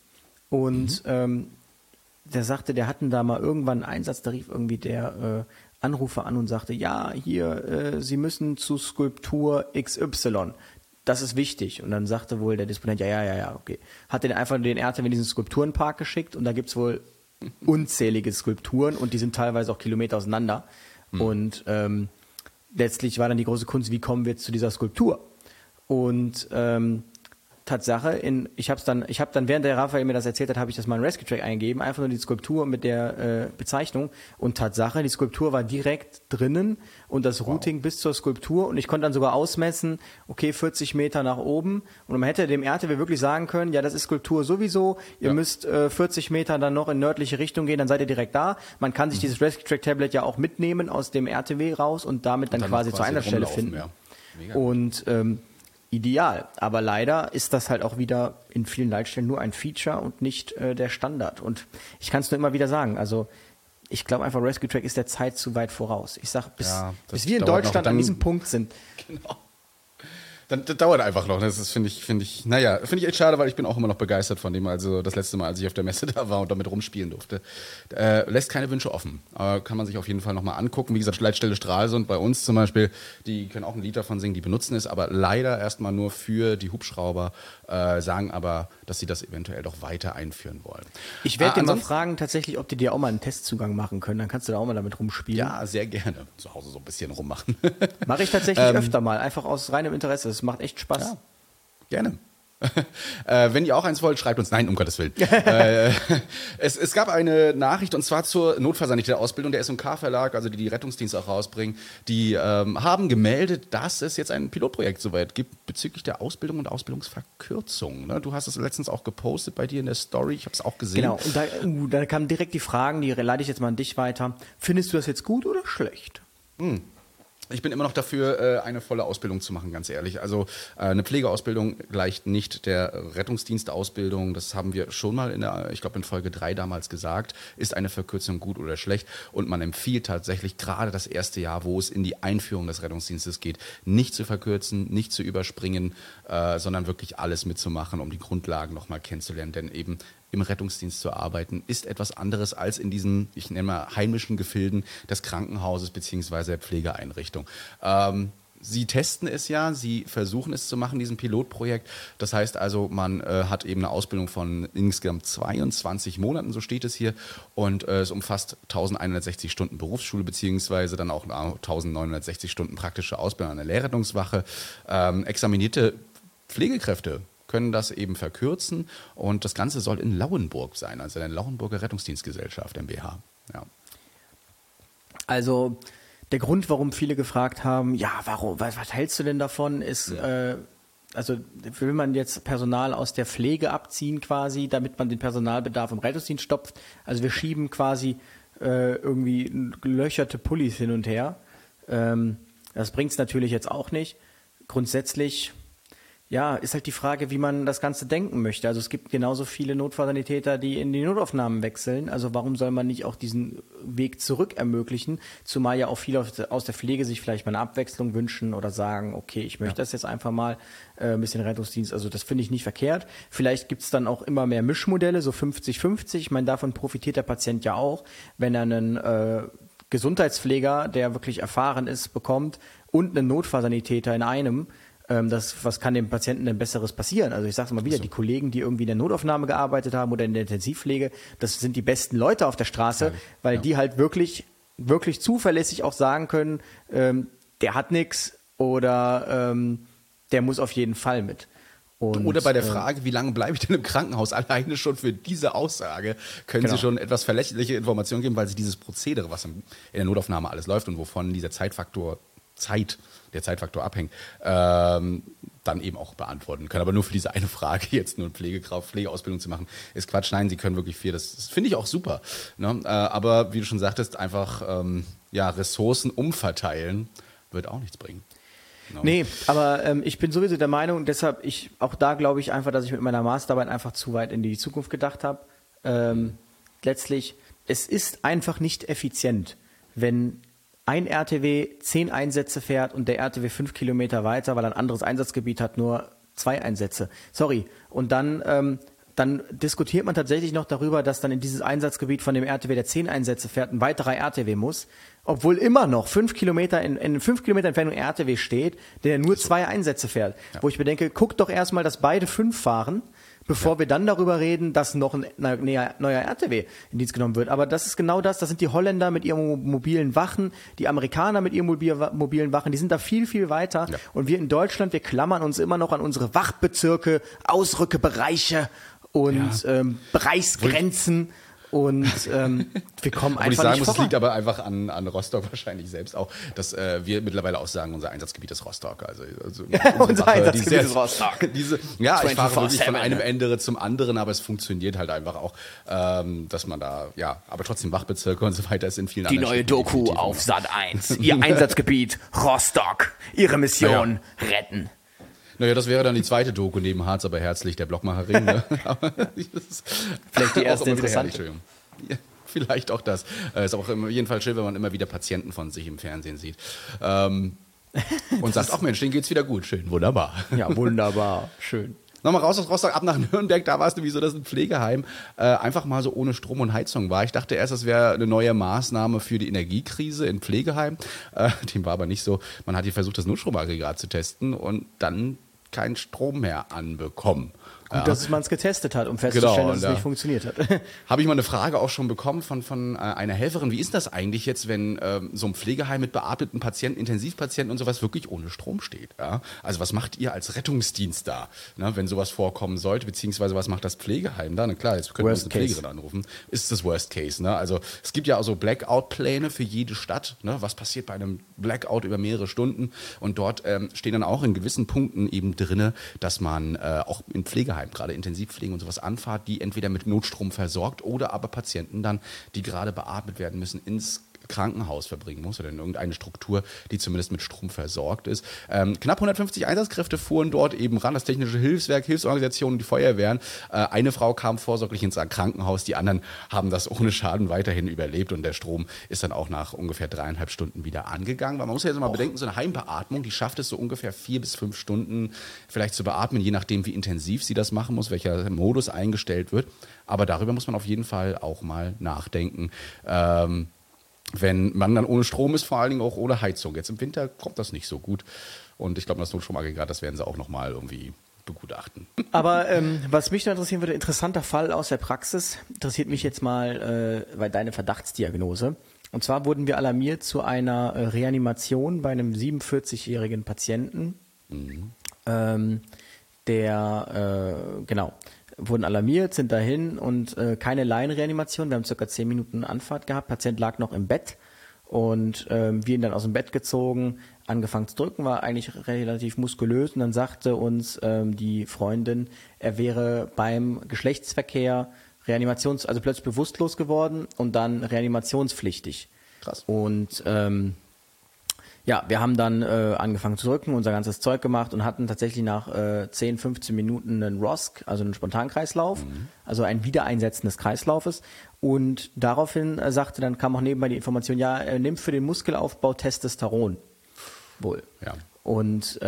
Und der sagte, der hatten da mal irgendwann einen Einsatz, da rief irgendwie der Anrufer an und sagte, ja, hier, Sie müssen zu Skulptur XY. Das ist wichtig. Und dann sagte wohl der Disponent, ja, okay. Hat den einfach den RTW in diesen Skulpturenpark geschickt und da gibt's wohl unzählige Skulpturen und die sind teilweise auch Kilometer auseinander. Und letztlich war dann die große Kunst, wie kommen wir jetzt zu dieser Skulptur? Und Tatsache, ich habe dann, während der Raphael mir das erzählt hat, habe ich das mal in Rescue Track eingegeben, einfach nur die Skulptur mit der Bezeichnung und Tatsache, die Skulptur war direkt drinnen und das Routing bis zur Skulptur und ich konnte dann sogar ausmessen, okay, 40 Meter nach oben und man hätte dem RTW wirklich sagen können, ja, das ist Skulptur sowieso, ihr müsst 40 Meter dann noch in nördliche Richtung gehen, dann seid ihr direkt da. Man kann sich dieses Rescue Track Tablet ja auch mitnehmen aus dem RTW raus und damit dann quasi zur Einsatzstelle finden. Ja. Und ideal. Aber leider ist das halt auch wieder in vielen Leitstellen nur ein Feature und nicht der Standard. Und ich kann es nur immer wieder sagen, also ich glaube einfach, Rescue Track ist der Zeit zu weit voraus. Ich sage, bis wir in Deutschland an diesem Punkt sind. Genau. Dann das dauert einfach noch. Das ist, finde ich echt schade, weil ich bin auch immer noch begeistert von dem. Also das letzte Mal, als ich auf der Messe da war und damit rumspielen durfte. Lässt keine Wünsche offen. Kann man sich auf jeden Fall nochmal angucken. Wie gesagt, Leitstelle Stralsund bei uns zum Beispiel, die können auch ein Lied davon singen, die benutzen es, aber leider erstmal nur für die Hubschrauber, sagen aber, dass sie das eventuell doch weiter einführen wollen. Ich werde dir mal fragen, tatsächlich, ob die dir auch mal einen Testzugang machen können. Dann kannst du da auch mal damit rumspielen. Ja, sehr gerne. Zu Hause so ein bisschen rummachen. Mache ich tatsächlich öfter mal, einfach aus reinem Interesse. Es macht echt Spaß. Ja, gerne. Wenn ihr auch eins wollt, schreibt uns. Nein, um Gottes Willen. Es gab eine Nachricht, und zwar zur Notfallsanitäterausbildung der S&K-Verlag, also die Rettungsdienste auch rausbringen. Die haben gemeldet, dass es jetzt ein Pilotprojekt soweit gibt bezüglich der Ausbildung und Ausbildungsverkürzung. Ne? Du hast es letztens auch gepostet bei dir in der Story. Ich habe es auch gesehen. Genau, und da kamen direkt die Fragen, die leite ich jetzt mal an dich weiter. Findest du das jetzt gut oder schlecht? Ich bin immer noch dafür, eine volle Ausbildung zu machen, ganz ehrlich. Also eine Pflegeausbildung gleicht nicht der Rettungsdienstausbildung. Das haben wir schon mal ich glaube in Folge 3 damals gesagt. Ist eine Verkürzung gut oder schlecht? Und man empfiehlt tatsächlich gerade das erste Jahr, wo es in die Einführung des Rettungsdienstes geht, nicht zu verkürzen, nicht zu überspringen, sondern wirklich alles mitzumachen, um die Grundlagen nochmal kennenzulernen. Denn eben im Rettungsdienst zu arbeiten, ist etwas anderes als in diesen, ich nenne mal, heimischen Gefilden des Krankenhauses bzw. der Pflegeeinrichtung. Sie testen es ja, sie versuchen es zu machen, diesem Pilotprojekt. Das heißt also, man hat eben eine Ausbildung von insgesamt 22 Monaten, so steht es hier. Und es umfasst 1160 Stunden Berufsschule beziehungsweise dann auch 1960 Stunden praktische Ausbildung an der Lehrrettungswache. Examinierte Pflegekräfte können das eben verkürzen und das Ganze soll in Lauenburg sein, also der Lauenburger Rettungsdienstgesellschaft, MBH. Ja. Also der Grund, warum viele gefragt haben, ja, warum, was hältst du denn davon, ist, also will man jetzt Personal aus der Pflege abziehen quasi, damit man den Personalbedarf im Rettungsdienst stopft. Also wir schieben quasi irgendwie gelöcherte Pullis hin und her. Das bringt es natürlich jetzt auch nicht. Grundsätzlich ja, ist halt die Frage, wie man das Ganze denken möchte. Also es gibt genauso viele Notfallsanitäter, die in die Notaufnahmen wechseln. Also warum soll man nicht auch diesen Weg zurück ermöglichen? Zumal ja auch viele aus der Pflege sich vielleicht mal eine Abwechslung wünschen oder sagen, okay, ich möchte das jetzt einfach mal ein bisschen Rettungsdienst. Also das finde ich nicht verkehrt. Vielleicht gibt es dann auch immer mehr Mischmodelle, so 50-50. Ich meine, davon profitiert der Patient ja auch, wenn er einen Gesundheitspfleger, der wirklich erfahren ist, bekommt und einen Notfallsanitäter in einem. Was kann dem Patienten denn Besseres passieren? Also ich sage es mal wieder, die Kollegen, die irgendwie in der Notaufnahme gearbeitet haben oder in der Intensivpflege, das sind die besten Leute auf der Straße, weil die halt wirklich zuverlässig auch sagen können, der hat nichts oder der muss auf jeden Fall mit. Und, oder bei der Frage, wie lange bleibe ich denn im Krankenhaus, alleine schon für diese Aussage, können Sie schon etwas verlässliche Informationen geben, weil Sie dieses Prozedere, was in der Notaufnahme alles läuft und wovon der Zeitfaktor abhängt, dann eben auch beantworten können. Aber nur für diese eine Frage, jetzt nur Pflegeausbildung zu machen, ist Quatsch. Nein, Sie können wirklich viel. Das finde ich auch super. Ne? Aber wie du schon sagtest, einfach Ressourcen umverteilen, wird auch nichts bringen. No. Nee, aber ich bin sowieso der Meinung, deshalb auch da glaube ich einfach, dass ich mit meiner Masterarbeit einfach zu weit in die Zukunft gedacht habe. Letztlich, es ist einfach nicht effizient, wenn ein RTW 10 Einsätze fährt und der RTW 5 Kilometer weiter, weil er ein anderes Einsatzgebiet hat, nur 2 Einsätze. Sorry. Und dann dann diskutiert man tatsächlich noch darüber, dass dann in dieses Einsatzgebiet von dem RTW, der 10 Einsätze fährt, ein weiterer RTW muss, obwohl immer noch 5 Kilometer in 5 Kilometer Entfernung RTW steht, der nur 2 Einsätze fährt. Ja. Wo ich mir denke, guckt doch erstmal, dass beide 5 fahren, bevor wir dann darüber reden, dass noch ein neuer RTW in Dienst genommen wird. Aber das ist genau das sind die Holländer mit ihren mobilen Wachen, die Amerikaner mit ihren mobilen Wachen, die sind da viel, viel weiter. Ja. Und wir in Deutschland, wir klammern uns immer noch an unsere Wachbezirke, Ausrückebereiche und Bereichsgrenzen. Und wir kommen einfach nicht voran. Das liegt aber einfach an Rostock wahrscheinlich selbst auch, dass wir mittlerweile auch sagen, unser Einsatzgebiet ist Rostock. Also unser Einsatzgebiet ist Rostock. Ich fahre wirklich von einem Ende zum anderen, aber es funktioniert halt einfach auch, dass man da, aber trotzdem Wachbezirke und so weiter ist in vielen anderen Die neue Doku auf Sat.1. Ihr Einsatzgebiet Rostock. Ihre Mission retten. Naja, das wäre dann die zweite Doku neben Harz aber herzlich, der Blockmacherring. Ne? Vielleicht die erste interessante. Ja, vielleicht auch das. Ist auch auf jeden Fall schön, wenn man immer wieder Patienten von sich im Fernsehen sieht. Und sagt, ach Mensch, denen geht's wieder gut. Schön, wunderbar. Ja, wunderbar, schön. Nochmal raus aus Rostock, ab nach Nürnberg, da war es nämlich so, dass ein Pflegeheim einfach mal so ohne Strom und Heizung war. Ich dachte erst, das wäre eine neue Maßnahme für die Energiekrise in Pflegeheimen. Dem war aber nicht so. Man hat hier versucht, das Notstromaggregat zu testen und dann keinen Strom mehr anbekommen. Gut, dass man es getestet hat, um festzustellen, dass es nicht funktioniert hat. Habe ich mal eine Frage auch schon bekommen von einer Helferin. Wie ist das eigentlich jetzt, wenn so ein Pflegeheim mit beatmeten Patienten, Intensivpatienten und sowas wirklich ohne Strom steht? Ja? Also was macht ihr als Rettungsdienst da, ne, wenn sowas vorkommen sollte? Beziehungsweise was macht das Pflegeheim da? Na klar, jetzt können wir uns eine Pflegerin anrufen. Ist das Worst Case? Ne? Also es gibt ja auch so Blackout-Pläne für jede Stadt. Ne? Was passiert bei einem Blackout über mehrere Stunden? Und dort stehen dann auch in gewissen Punkten eben drinne, dass man auch in Pflegeheim, gerade Intensivpflegen und sowas anfahrt, die entweder mit Notstrom versorgt oder aber Patienten dann, die gerade beatmet werden müssen, ins Krankenhaus verbringen muss oder in irgendeine Struktur, die zumindest mit Strom versorgt ist. Knapp 150 Einsatzkräfte fuhren dort eben ran, das technische Hilfswerk, Hilfsorganisationen, die Feuerwehren. Eine Frau kam vorsorglich ins Krankenhaus, die anderen haben das ohne Schaden weiterhin überlebt und der Strom ist dann auch nach ungefähr 3,5 Stunden wieder angegangen. Weil man muss ja jetzt mal bedenken, so eine Heimbeatmung, die schafft es so ungefähr 4 bis 5 Stunden vielleicht zu beatmen, je nachdem, wie intensiv sie das machen muss, welcher Modus eingestellt wird. Aber darüber muss man auf jeden Fall auch mal nachdenken. Wenn man dann ohne Strom ist, vor allen Dingen auch ohne Heizung. Jetzt im Winter kommt das nicht so gut. Und ich glaube, das Notstromaggregat, das werden sie auch nochmal irgendwie begutachten. Aber was mich noch interessieren würde, interessanter Fall aus der Praxis, interessiert mich jetzt mal deine Verdachtsdiagnose. Und zwar wurden wir alarmiert zu einer Reanimation bei einem 47-jährigen Patienten, wurden alarmiert, sind dahin und keine Laienreanimation. Wir haben circa 10 Minuten Anfahrt gehabt. Patient lag noch im Bett und wir ihn dann aus dem Bett gezogen, angefangen zu drücken, war eigentlich relativ muskulös und dann sagte uns die Freundin, er wäre beim Geschlechtsverkehr also plötzlich bewusstlos geworden und dann reanimationspflichtig. Krass. Und wir haben dann angefangen zu drücken, unser ganzes Zeug gemacht und hatten tatsächlich nach 10, 15 Minuten einen ROSC, also einen Spontankreislauf, also ein Wiedereinsetzen des Kreislaufes. Und daraufhin kam auch nebenbei die Information, er nimmt für den Muskelaufbau Testosteron. Wohl. Ja. Und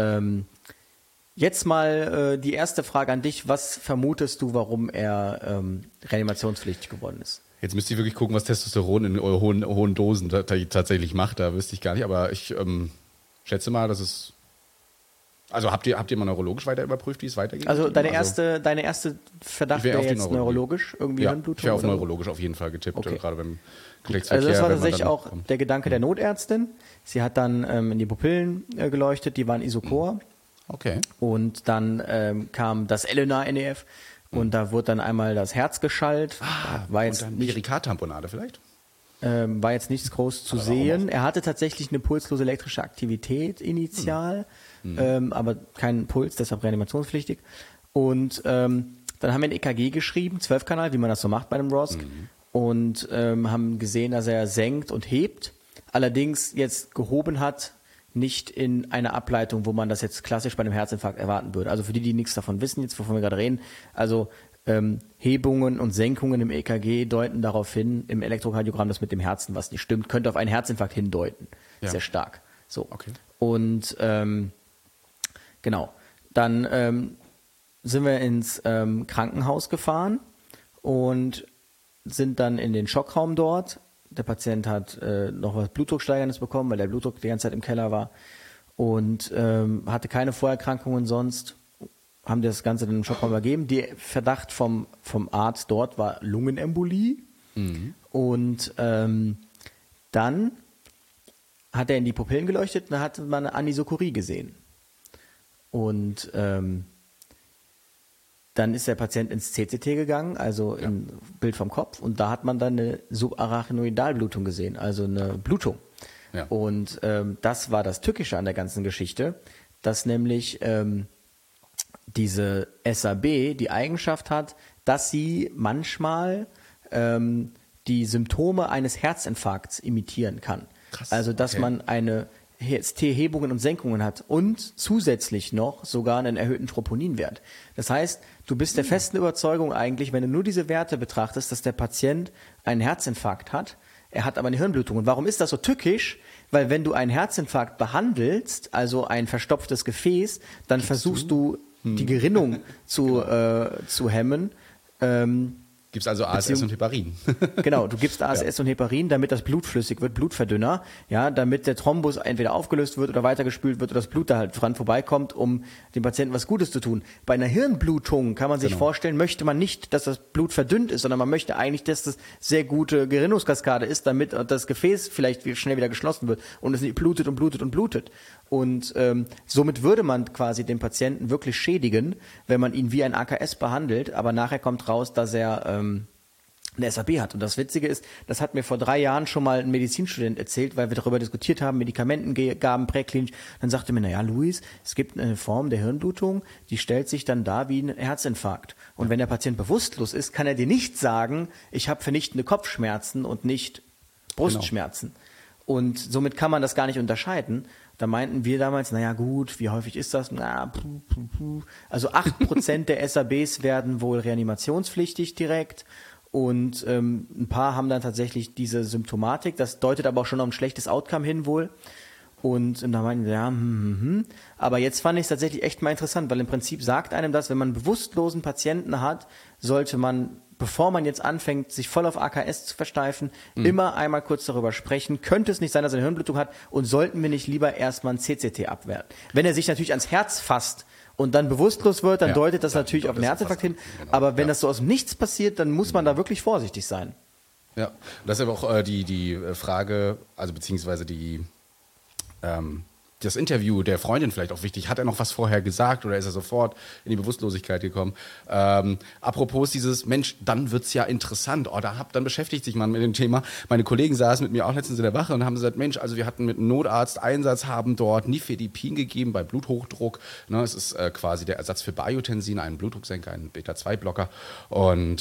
jetzt mal die erste Frage an dich. Was vermutest du, warum er reanimationspflichtig geworden ist? Jetzt müsst ihr wirklich gucken, was Testosteron in hohen Dosen tatsächlich macht. Da wüsste ich gar nicht. Aber ich schätze mal, dass es... Also habt ihr mal neurologisch weiter überprüft, wie es weitergeht? Also deine erste Verdacht wäre jetzt neurologisch? Irgendwie Hirnblutung? Ich wäre auf neurologisch auf jeden Fall getippt. Okay. Gerade beim Geschlechtsverkehr. Also das war tatsächlich auch der Gedanke der Notärztin. Sie hat dann in die Pupillen geleuchtet, die waren isochor. Okay. Und dann kam das LNA-NEF. Und da wurde dann einmal das Herz geschallt. War jetzt und dann Mirikat-Tamponade vielleicht? War jetzt nichts groß zu sehen. Er hatte tatsächlich eine pulslose elektrische Aktivität initial, aber keinen Puls, deshalb reanimationspflichtig. Und dann haben wir ein EKG geschrieben, 12-Kanal, wie man das so macht bei einem ROSC. Und haben gesehen, dass er senkt und hebt. Allerdings jetzt gehoben hat, nicht in einer Ableitung, wo man das jetzt klassisch bei einem Herzinfarkt erwarten würde. Also für die nichts davon wissen, jetzt wovon wir gerade reden, also Hebungen und Senkungen im EKG deuten darauf hin, im Elektrokardiogramm, dass mit dem Herzen was nicht stimmt, könnte auf einen Herzinfarkt hindeuten. Ja. Sehr stark. So. Okay. Und genau. Dann sind wir ins Krankenhaus gefahren und sind dann in den Schockraum dort. Der Patient hat noch was Blutdrucksteigerndes bekommen, weil der Blutdruck die ganze Zeit im Keller war und hatte keine Vorerkrankungen sonst. Haben das Ganze dann im Schockraum übergeben. Der Verdacht vom Arzt dort war Lungenembolie. Und dann hat er in die Pupillen geleuchtet und da hat man eine Anisokorie gesehen. Und dann ist der Patient ins CCT gegangen, also im Bild vom Kopf, und da hat man dann eine Subarachnoidalblutung gesehen, also eine Blutung. Ja. Und das war das Tückische an der ganzen Geschichte, dass nämlich diese SAB die Eigenschaft hat, dass sie manchmal die Symptome eines Herzinfarkts imitieren kann. Krass, also dass man eine T-Hebungen und Senkungen hat und zusätzlich noch sogar einen erhöhten Troponinwert. Das heißt, du bist der festen Überzeugung eigentlich, wenn du nur diese Werte betrachtest, dass der Patient einen Herzinfarkt hat, er hat aber eine Hirnblutung. Und warum ist das so tückisch? Weil wenn du einen Herzinfarkt behandelst, also ein verstopftes Gefäß, dann versuchst du die Gerinnung zu hemmen. Gibst also ASS und Heparin. Genau, du gibst ASS und Heparin, damit das Blut flüssig wird, Blutverdünner, ja, damit der Thrombus entweder aufgelöst wird oder weitergespült wird oder das Blut da halt dran vorbeikommt, um dem Patienten was Gutes zu tun. Bei einer Hirnblutung kann man sich vorstellen, möchte man nicht, dass das Blut verdünnt ist, sondern man möchte eigentlich, dass das sehr gute Gerinnungskaskade ist, damit das Gefäß vielleicht schnell wieder geschlossen wird und es nicht blutet und blutet und blutet. Und somit würde man quasi den Patienten wirklich schädigen, wenn man ihn wie ein AKS behandelt, aber nachher kommt raus, dass er eine SAB hat. Und das Witzige ist, das hat mir vor 3 Jahren schon mal ein Medizinstudent erzählt, weil wir darüber diskutiert haben, Medikamentengaben präklinisch. Dann sagte mir, naja, Luis, es gibt eine Form der Hirnblutung, die stellt sich dann dar wie ein Herzinfarkt. Und wenn der Patient bewusstlos ist, kann er dir nicht sagen, ich habe vernichtende Kopfschmerzen und nicht Brustschmerzen. Genau. Und somit kann man das gar nicht unterscheiden. Da meinten wir damals, naja gut, wie häufig ist das? Also 8% der SABs werden wohl reanimationspflichtig direkt und ein paar haben dann tatsächlich diese Symptomatik. Das deutet aber auch schon auf ein schlechtes Outcome hin wohl. Und da meinten wir, aber jetzt fand ich es tatsächlich echt mal interessant, weil im Prinzip sagt einem das, wenn man einen bewusstlosen Patienten hat, sollte man, bevor man jetzt anfängt, sich voll auf AKS zu versteifen, immer einmal kurz darüber sprechen. Könnte es nicht sein, dass er eine Hirnblutung hat und sollten wir nicht lieber erstmal ein CCT abwehren? Wenn er sich natürlich ans Herz fasst und dann bewusstlos wird, dann deutet das natürlich auf einen Herzinfarkt hin. Genau. Aber wenn das so aus dem Nichts passiert, dann muss man da wirklich vorsichtig sein. Ja, das ist aber auch die Frage, also beziehungsweise das Interview der Freundin vielleicht auch wichtig. Hat er noch was vorher gesagt oder ist er sofort in die Bewusstlosigkeit gekommen? Apropos dieses, Mensch, dann wird's ja interessant. Dann beschäftigt sich man mit dem Thema. Meine Kollegen saßen mit mir auch letztens in der Wache und haben gesagt, Mensch, also wir hatten mit einem Notarzt Einsatz, haben dort Nifedipin gegeben bei Bluthochdruck. Ne, es ist quasi der Ersatz für Biotensin, einen Blutdrucksenker, einen Beta-2-Blocker. Und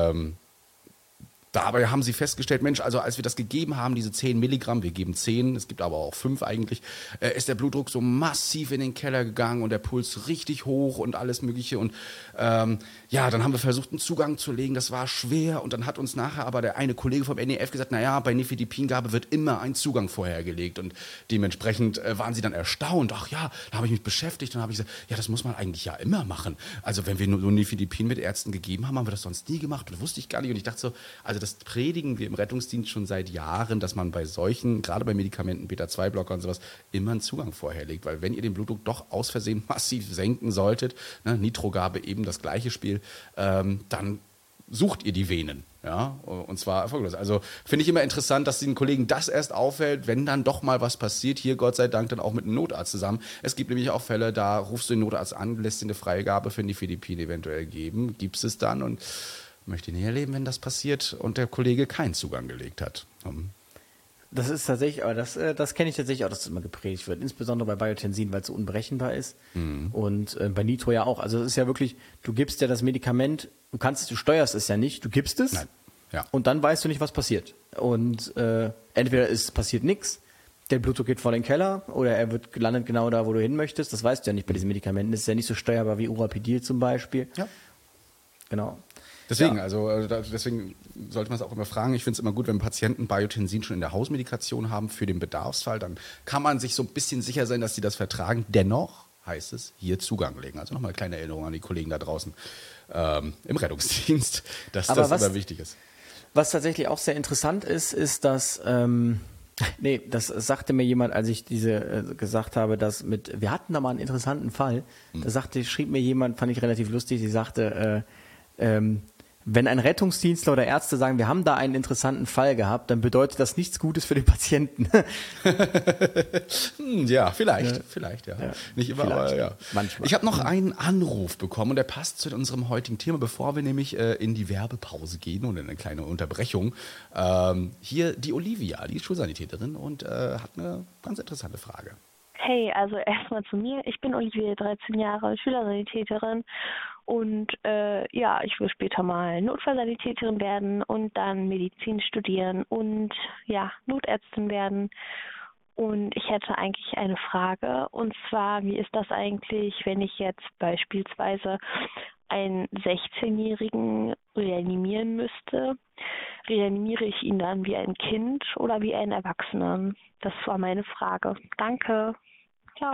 dabei haben sie festgestellt, Mensch, also als wir das gegeben haben, diese 10 Milligramm, wir geben 10, es gibt aber auch 5 eigentlich, ist der Blutdruck so massiv in den Keller gegangen und der Puls richtig hoch und alles Mögliche. Und dann haben wir versucht, einen Zugang zu legen, das war schwer. Und dann hat uns nachher aber der eine Kollege vom NEF gesagt, naja, bei Nifedipingabe wird immer ein Zugang vorher gelegt. Und dementsprechend waren sie dann erstaunt. Ach ja, da habe ich mich beschäftigt und habe ich gesagt, ja, das muss man eigentlich ja immer machen. Also wenn wir nur Nifedipin mit Ärzten gegeben haben, haben wir das sonst nie gemacht. Das wusste ich gar nicht. Und ich dachte so, also das predigen wir im Rettungsdienst schon seit Jahren, dass man bei solchen, gerade bei Medikamenten, Beta-2-Blocker und sowas, immer einen Zugang vorher legt. Weil wenn ihr den Blutdruck doch aus Versehen massiv senken solltet, ne, Nitrogabe eben das gleiche Spiel, dann sucht ihr die Venen. Ja, und zwar erfolglos. Also finde ich immer interessant, dass den Kollegen das erst auffällt, wenn dann doch mal was passiert. Hier Gott sei Dank dann auch mit einem Notarzt zusammen. Es gibt nämlich auch Fälle, da rufst du den Notarzt an, lässt dir eine Freigabe für Nifedipin eventuell geben, gibst es dann und möchte nicht erleben, wenn das passiert und der Kollege keinen Zugang gelegt hat. Das ist tatsächlich, aber das kenne ich tatsächlich auch, dass das immer gepredigt wird, insbesondere bei Biotensin, weil es so unberechenbar ist und bei Nitro ja auch. Also es ist ja wirklich, du gibst ja das Medikament, du steuerst es ja nicht, du gibst es. Nein. Ja. Und dann weißt du nicht, was passiert. Und entweder es passiert nichts, der Blutdruck geht voll in den Keller oder er landet genau da, wo du hin möchtest. Das weißt du ja nicht bei diesen Medikamenten. Das ist ja nicht so steuerbar wie Urapidil zum Beispiel. Ja. Genau. Deswegen, deswegen sollte man es auch immer fragen. Ich finde es immer gut, wenn Patienten Biotensin schon in der Hausmedikation haben für den Bedarfsfall. Dann kann man sich so ein bisschen sicher sein, dass sie das vertragen. Dennoch heißt es, hier Zugang legen. Also nochmal eine kleine Erinnerung an die Kollegen da draußen im Rettungsdienst, dass das immer wichtig ist. Was tatsächlich auch sehr interessant ist, dass, das sagte mir jemand, als ich gesagt habe, dass wir hatten da mal einen interessanten Fall, schrieb mir jemand, fand ich relativ lustig, die sagte, wenn ein Rettungsdienstler oder Ärzte sagen, wir haben da einen interessanten Fall gehabt, dann bedeutet das nichts Gutes für den Patienten. Ja, vielleicht, ja. Nicht immer, aber ja. Manchmal. Ich habe noch einen Anruf bekommen und der passt zu unserem heutigen Thema, bevor wir nämlich in die Werbepause gehen und in eine kleine Unterbrechung. Hier die Olivia, die ist Schulsanitäterin und hat eine ganz interessante Frage. Hey, also erstmal zu mir. Ich bin Olivia, 13 Jahre, Schülersanitäterin und ich will später mal Notfallsanitäterin werden und dann Medizin studieren und Notärztin werden. Und ich hätte eigentlich eine Frage, und zwar, wie ist das eigentlich, wenn ich jetzt beispielsweise einen 16-Jährigen reanimieren müsste? Reanimiere ich ihn dann wie ein Kind oder wie einen Erwachsenen? Das war meine Frage. Danke. Ciao.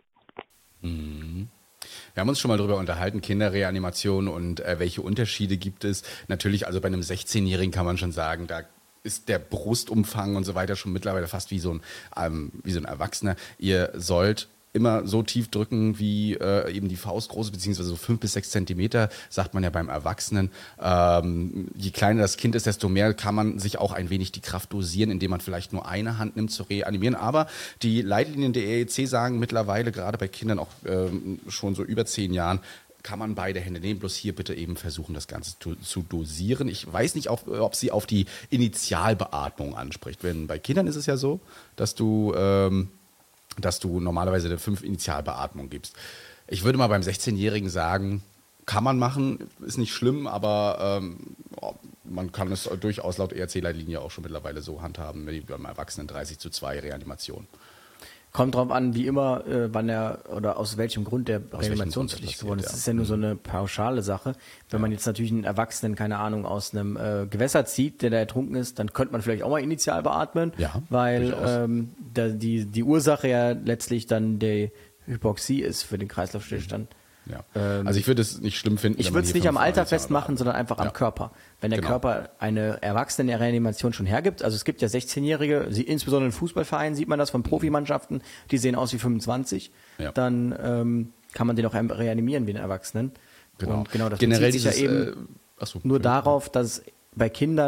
Wir haben uns schon mal darüber unterhalten, Kinderreanimation und welche Unterschiede gibt es. Natürlich, also bei einem 16-Jährigen kann man schon sagen, da ist der Brustumfang und so weiter schon mittlerweile fast wie so ein Erwachsener. Ihr sollt immer so tief drücken wie eben die Faustgroße, beziehungsweise so 5 bis 6 Zentimeter, sagt man ja beim Erwachsenen. Je kleiner das Kind ist, desto mehr kann man sich auch ein wenig die Kraft dosieren, indem man vielleicht nur eine Hand nimmt zu reanimieren. Aber die Leitlinien der EEC sagen mittlerweile, gerade bei Kindern auch schon so über 10 Jahren, kann man beide Hände nehmen, bloß hier bitte eben versuchen, das Ganze zu dosieren. Ich weiß nicht, ob sie auf die Initialbeatmung anspricht. Bei Kindern ist es ja so, dass du normalerweise eine 5 Initialbeatmung gibst. Ich würde mal beim 16-Jährigen sagen, kann man machen, ist nicht schlimm, aber man kann es durchaus laut ERC-Leitlinie auch schon mittlerweile so handhaben, wie beim Erwachsenen 30:2 Reanimation. Kommt drauf an, wie immer, wann oder aus welchem Grund der reanimationspflichtig geworden ist. Das ist ja nur so eine pauschale Sache. Wenn man jetzt natürlich einen Erwachsenen, keine Ahnung, aus einem Gewässer zieht, der da ertrunken ist, dann könnte man vielleicht auch mal initial beatmen, weil die Ursache ja letztlich dann die Hypoxie ist für den Kreislaufstillstand. Ja. Also ich würde es nicht schlimm finden. Ich würde es nicht am Alter festmachen, sondern einfach am Körper. Wenn der Körper eine Erwachsene-Reanimation schon hergibt, also es gibt ja 16-Jährige, insbesondere in Fußballvereinen sieht man das von Profimannschaften, die sehen aus wie 25, dann kann man den auch reanimieren wie einen Erwachsenen. Genau. Und genau das generell bezieht sich ja eben darauf, dass bei Kindern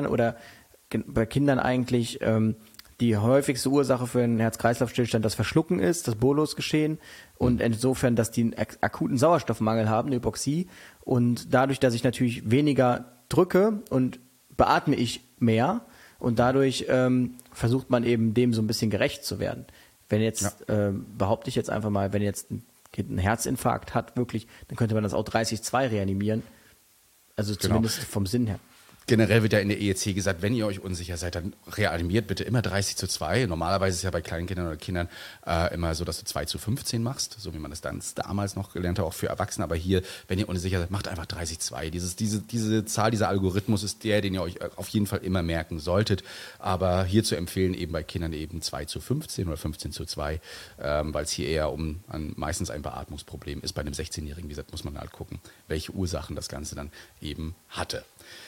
eigentlich die häufigste Ursache für einen Herz-Kreislauf-Stillstand das Verschlucken ist, das Bolus-Geschehen und insofern, dass die einen akuten Sauerstoffmangel haben, eine Hypoxie, und dadurch, dass ich natürlich weniger drücke und beatme ich mehr und dadurch versucht man eben dem so ein bisschen gerecht zu werden. Wenn jetzt, behaupte ich jetzt einfach mal, wenn jetzt ein Kind einen Herzinfarkt hat, wirklich, dann könnte man das auch 30:2 reanimieren, also zumindest vom Sinn her. Generell wird ja in der EEC gesagt, wenn ihr euch unsicher seid, dann reanimiert bitte immer 30:2. Normalerweise ist es ja bei kleinen Kindern oder Kindern immer so, dass du 2:15 machst, so wie man das dann damals noch gelernt hat, auch für Erwachsene. Aber hier, wenn ihr unsicher seid, macht einfach 30:2. Diese Zahl, dieser Algorithmus ist den ihr euch auf jeden Fall immer merken solltet. Aber hier zu empfehlen, eben bei Kindern eben 2:15 oder 15:2, weil es hier eher meistens ein Beatmungsproblem ist. Bei einem 16-Jährigen, wie gesagt, muss man halt gucken, welche Ursachen das Ganze dann eben hatte.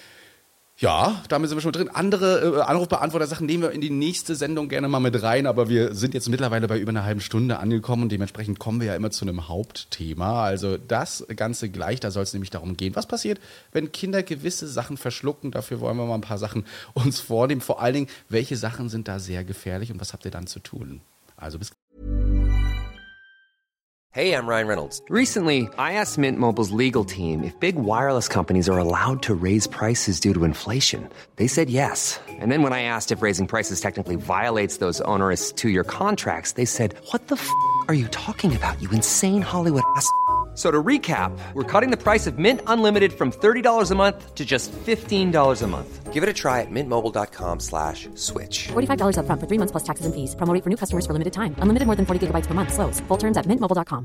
Ja, damit sind wir schon drin. Andere Anrufbeantworter-Sachen nehmen wir in die nächste Sendung gerne mal mit rein, aber wir sind jetzt mittlerweile bei über einer halben Stunde angekommen und dementsprechend kommen wir ja immer zu einem Hauptthema. Also das Ganze gleich, da soll es nämlich darum gehen, was passiert, wenn Kinder gewisse Sachen verschlucken. Dafür wollen wir mal ein paar Sachen uns vornehmen. Vor allen Dingen, welche Sachen sind da sehr gefährlich und was habt ihr dann zu tun? Also bis Hey, I'm Ryan Reynolds. Recently, I asked Mint Mobile's legal team if big wireless companies are allowed to raise prices due to inflation. They said yes. And then when I asked if raising prices technically violates those onerous 2-year contracts, they said, "What the f*** are you talking about, you insane Hollywood ass?" So to recap, we're cutting the price of Mint Unlimited from $30 a month to just $15 a month. Give it a try at mintmobile.com/switch. $45 up front for 3 months plus taxes and fees. Promo rate for new customers for limited time. Unlimited more than 40 gigabytes per month. Slows full terms at mintmobile.com.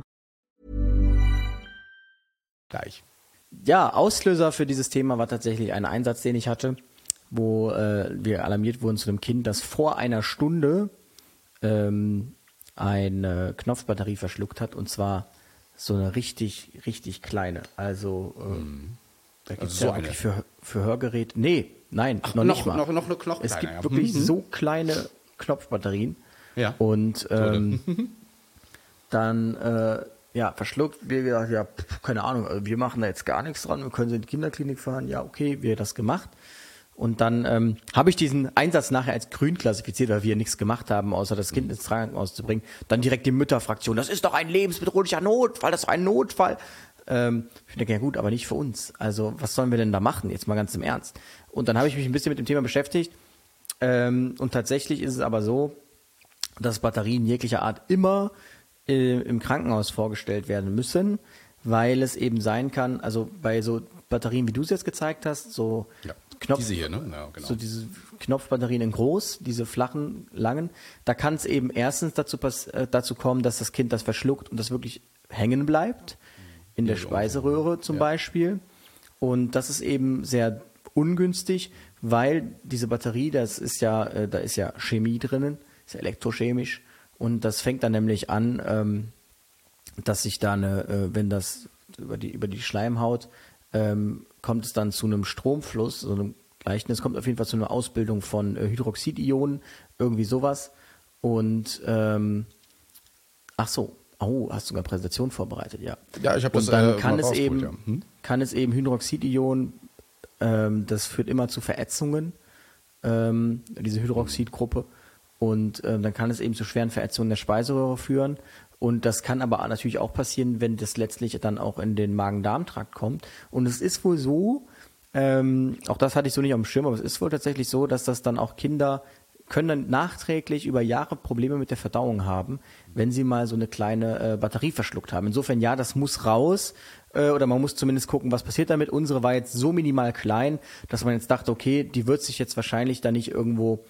gleich. Ja, Auslöser für dieses Thema war tatsächlich ein Einsatz, den ich hatte, wo wir alarmiert wurden zu einem Kind, das vor einer Stunde eine Knopfbatterie verschluckt hat, und zwar so eine richtig, richtig kleine. Also da gibt es so ja wirklich für Hörgeräte. Nein, noch nicht mal. Noch eine Knochkleine. Es gibt wirklich so kleine Knopfbatterien. Ja. Und dann verschluckt. Wir gesagt, keine Ahnung, wir machen da jetzt gar nichts dran. Wir können sie in die Kinderklinik fahren. Ja, okay, wir das gemacht. Und dann habe ich diesen Einsatz nachher als grün klassifiziert, weil wir nichts gemacht haben, außer das Kind ins Krankenhaus zu bringen. Dann direkt die Mütterfraktion. Das ist doch ein lebensbedrohlicher Notfall, das ist doch ein Notfall. Ich denke, ja gut, aber nicht für uns. Also was sollen wir denn da machen? Jetzt mal ganz im Ernst. Und dann habe ich mich ein bisschen mit dem Thema beschäftigt. Und tatsächlich ist es aber so, dass Batterien jeglicher Art immer im Krankenhaus vorgestellt werden müssen, weil es eben sein kann, also bei so Batterien, wie du es jetzt gezeigt hast, so diese hier, ne? Ja, genau. So diese Knopfbatterien in groß, diese flachen, langen, da kann es eben erstens dazu kommen, dass das Kind das verschluckt und das wirklich hängen bleibt, in der Speiseröhre zum Beispiel. Und das ist eben sehr ungünstig, weil diese Batterie, da ist ja Chemie drinnen, ist ja elektrochemisch. Und das fängt dann nämlich an, dass sich da wenn das über die Schleimhaut kommt es dann zu einem Stromfluss, so einem Gleichnis, kommt auf jeden Fall zu einer Ausbildung von Hydroxidionen, irgendwie sowas. Und hast du sogar eine Präsentation vorbereitet, ja. Ja, ich habe das. Und dann kann es eben Hydroxidionen, das führt immer zu Verätzungen, diese Hydroxidgruppe. Und dann kann es eben zu schweren Verätzungen der Speiseröhre führen. Und das kann aber natürlich auch passieren, wenn das letztlich dann auch in den Magen-Darm-Trakt kommt. Und es ist wohl so, auch das hatte ich so nicht auf dem Schirm, aber es ist wohl tatsächlich so, dass das dann auch Kinder können dann nachträglich über Jahre Probleme mit der Verdauung haben, wenn sie mal so eine kleine Batterie verschluckt haben. Insofern, ja, das muss raus. Oder man muss zumindest gucken, was passiert damit. Unsere war jetzt so minimal klein, dass man jetzt dachte, okay, die wird sich jetzt wahrscheinlich da nicht irgendwo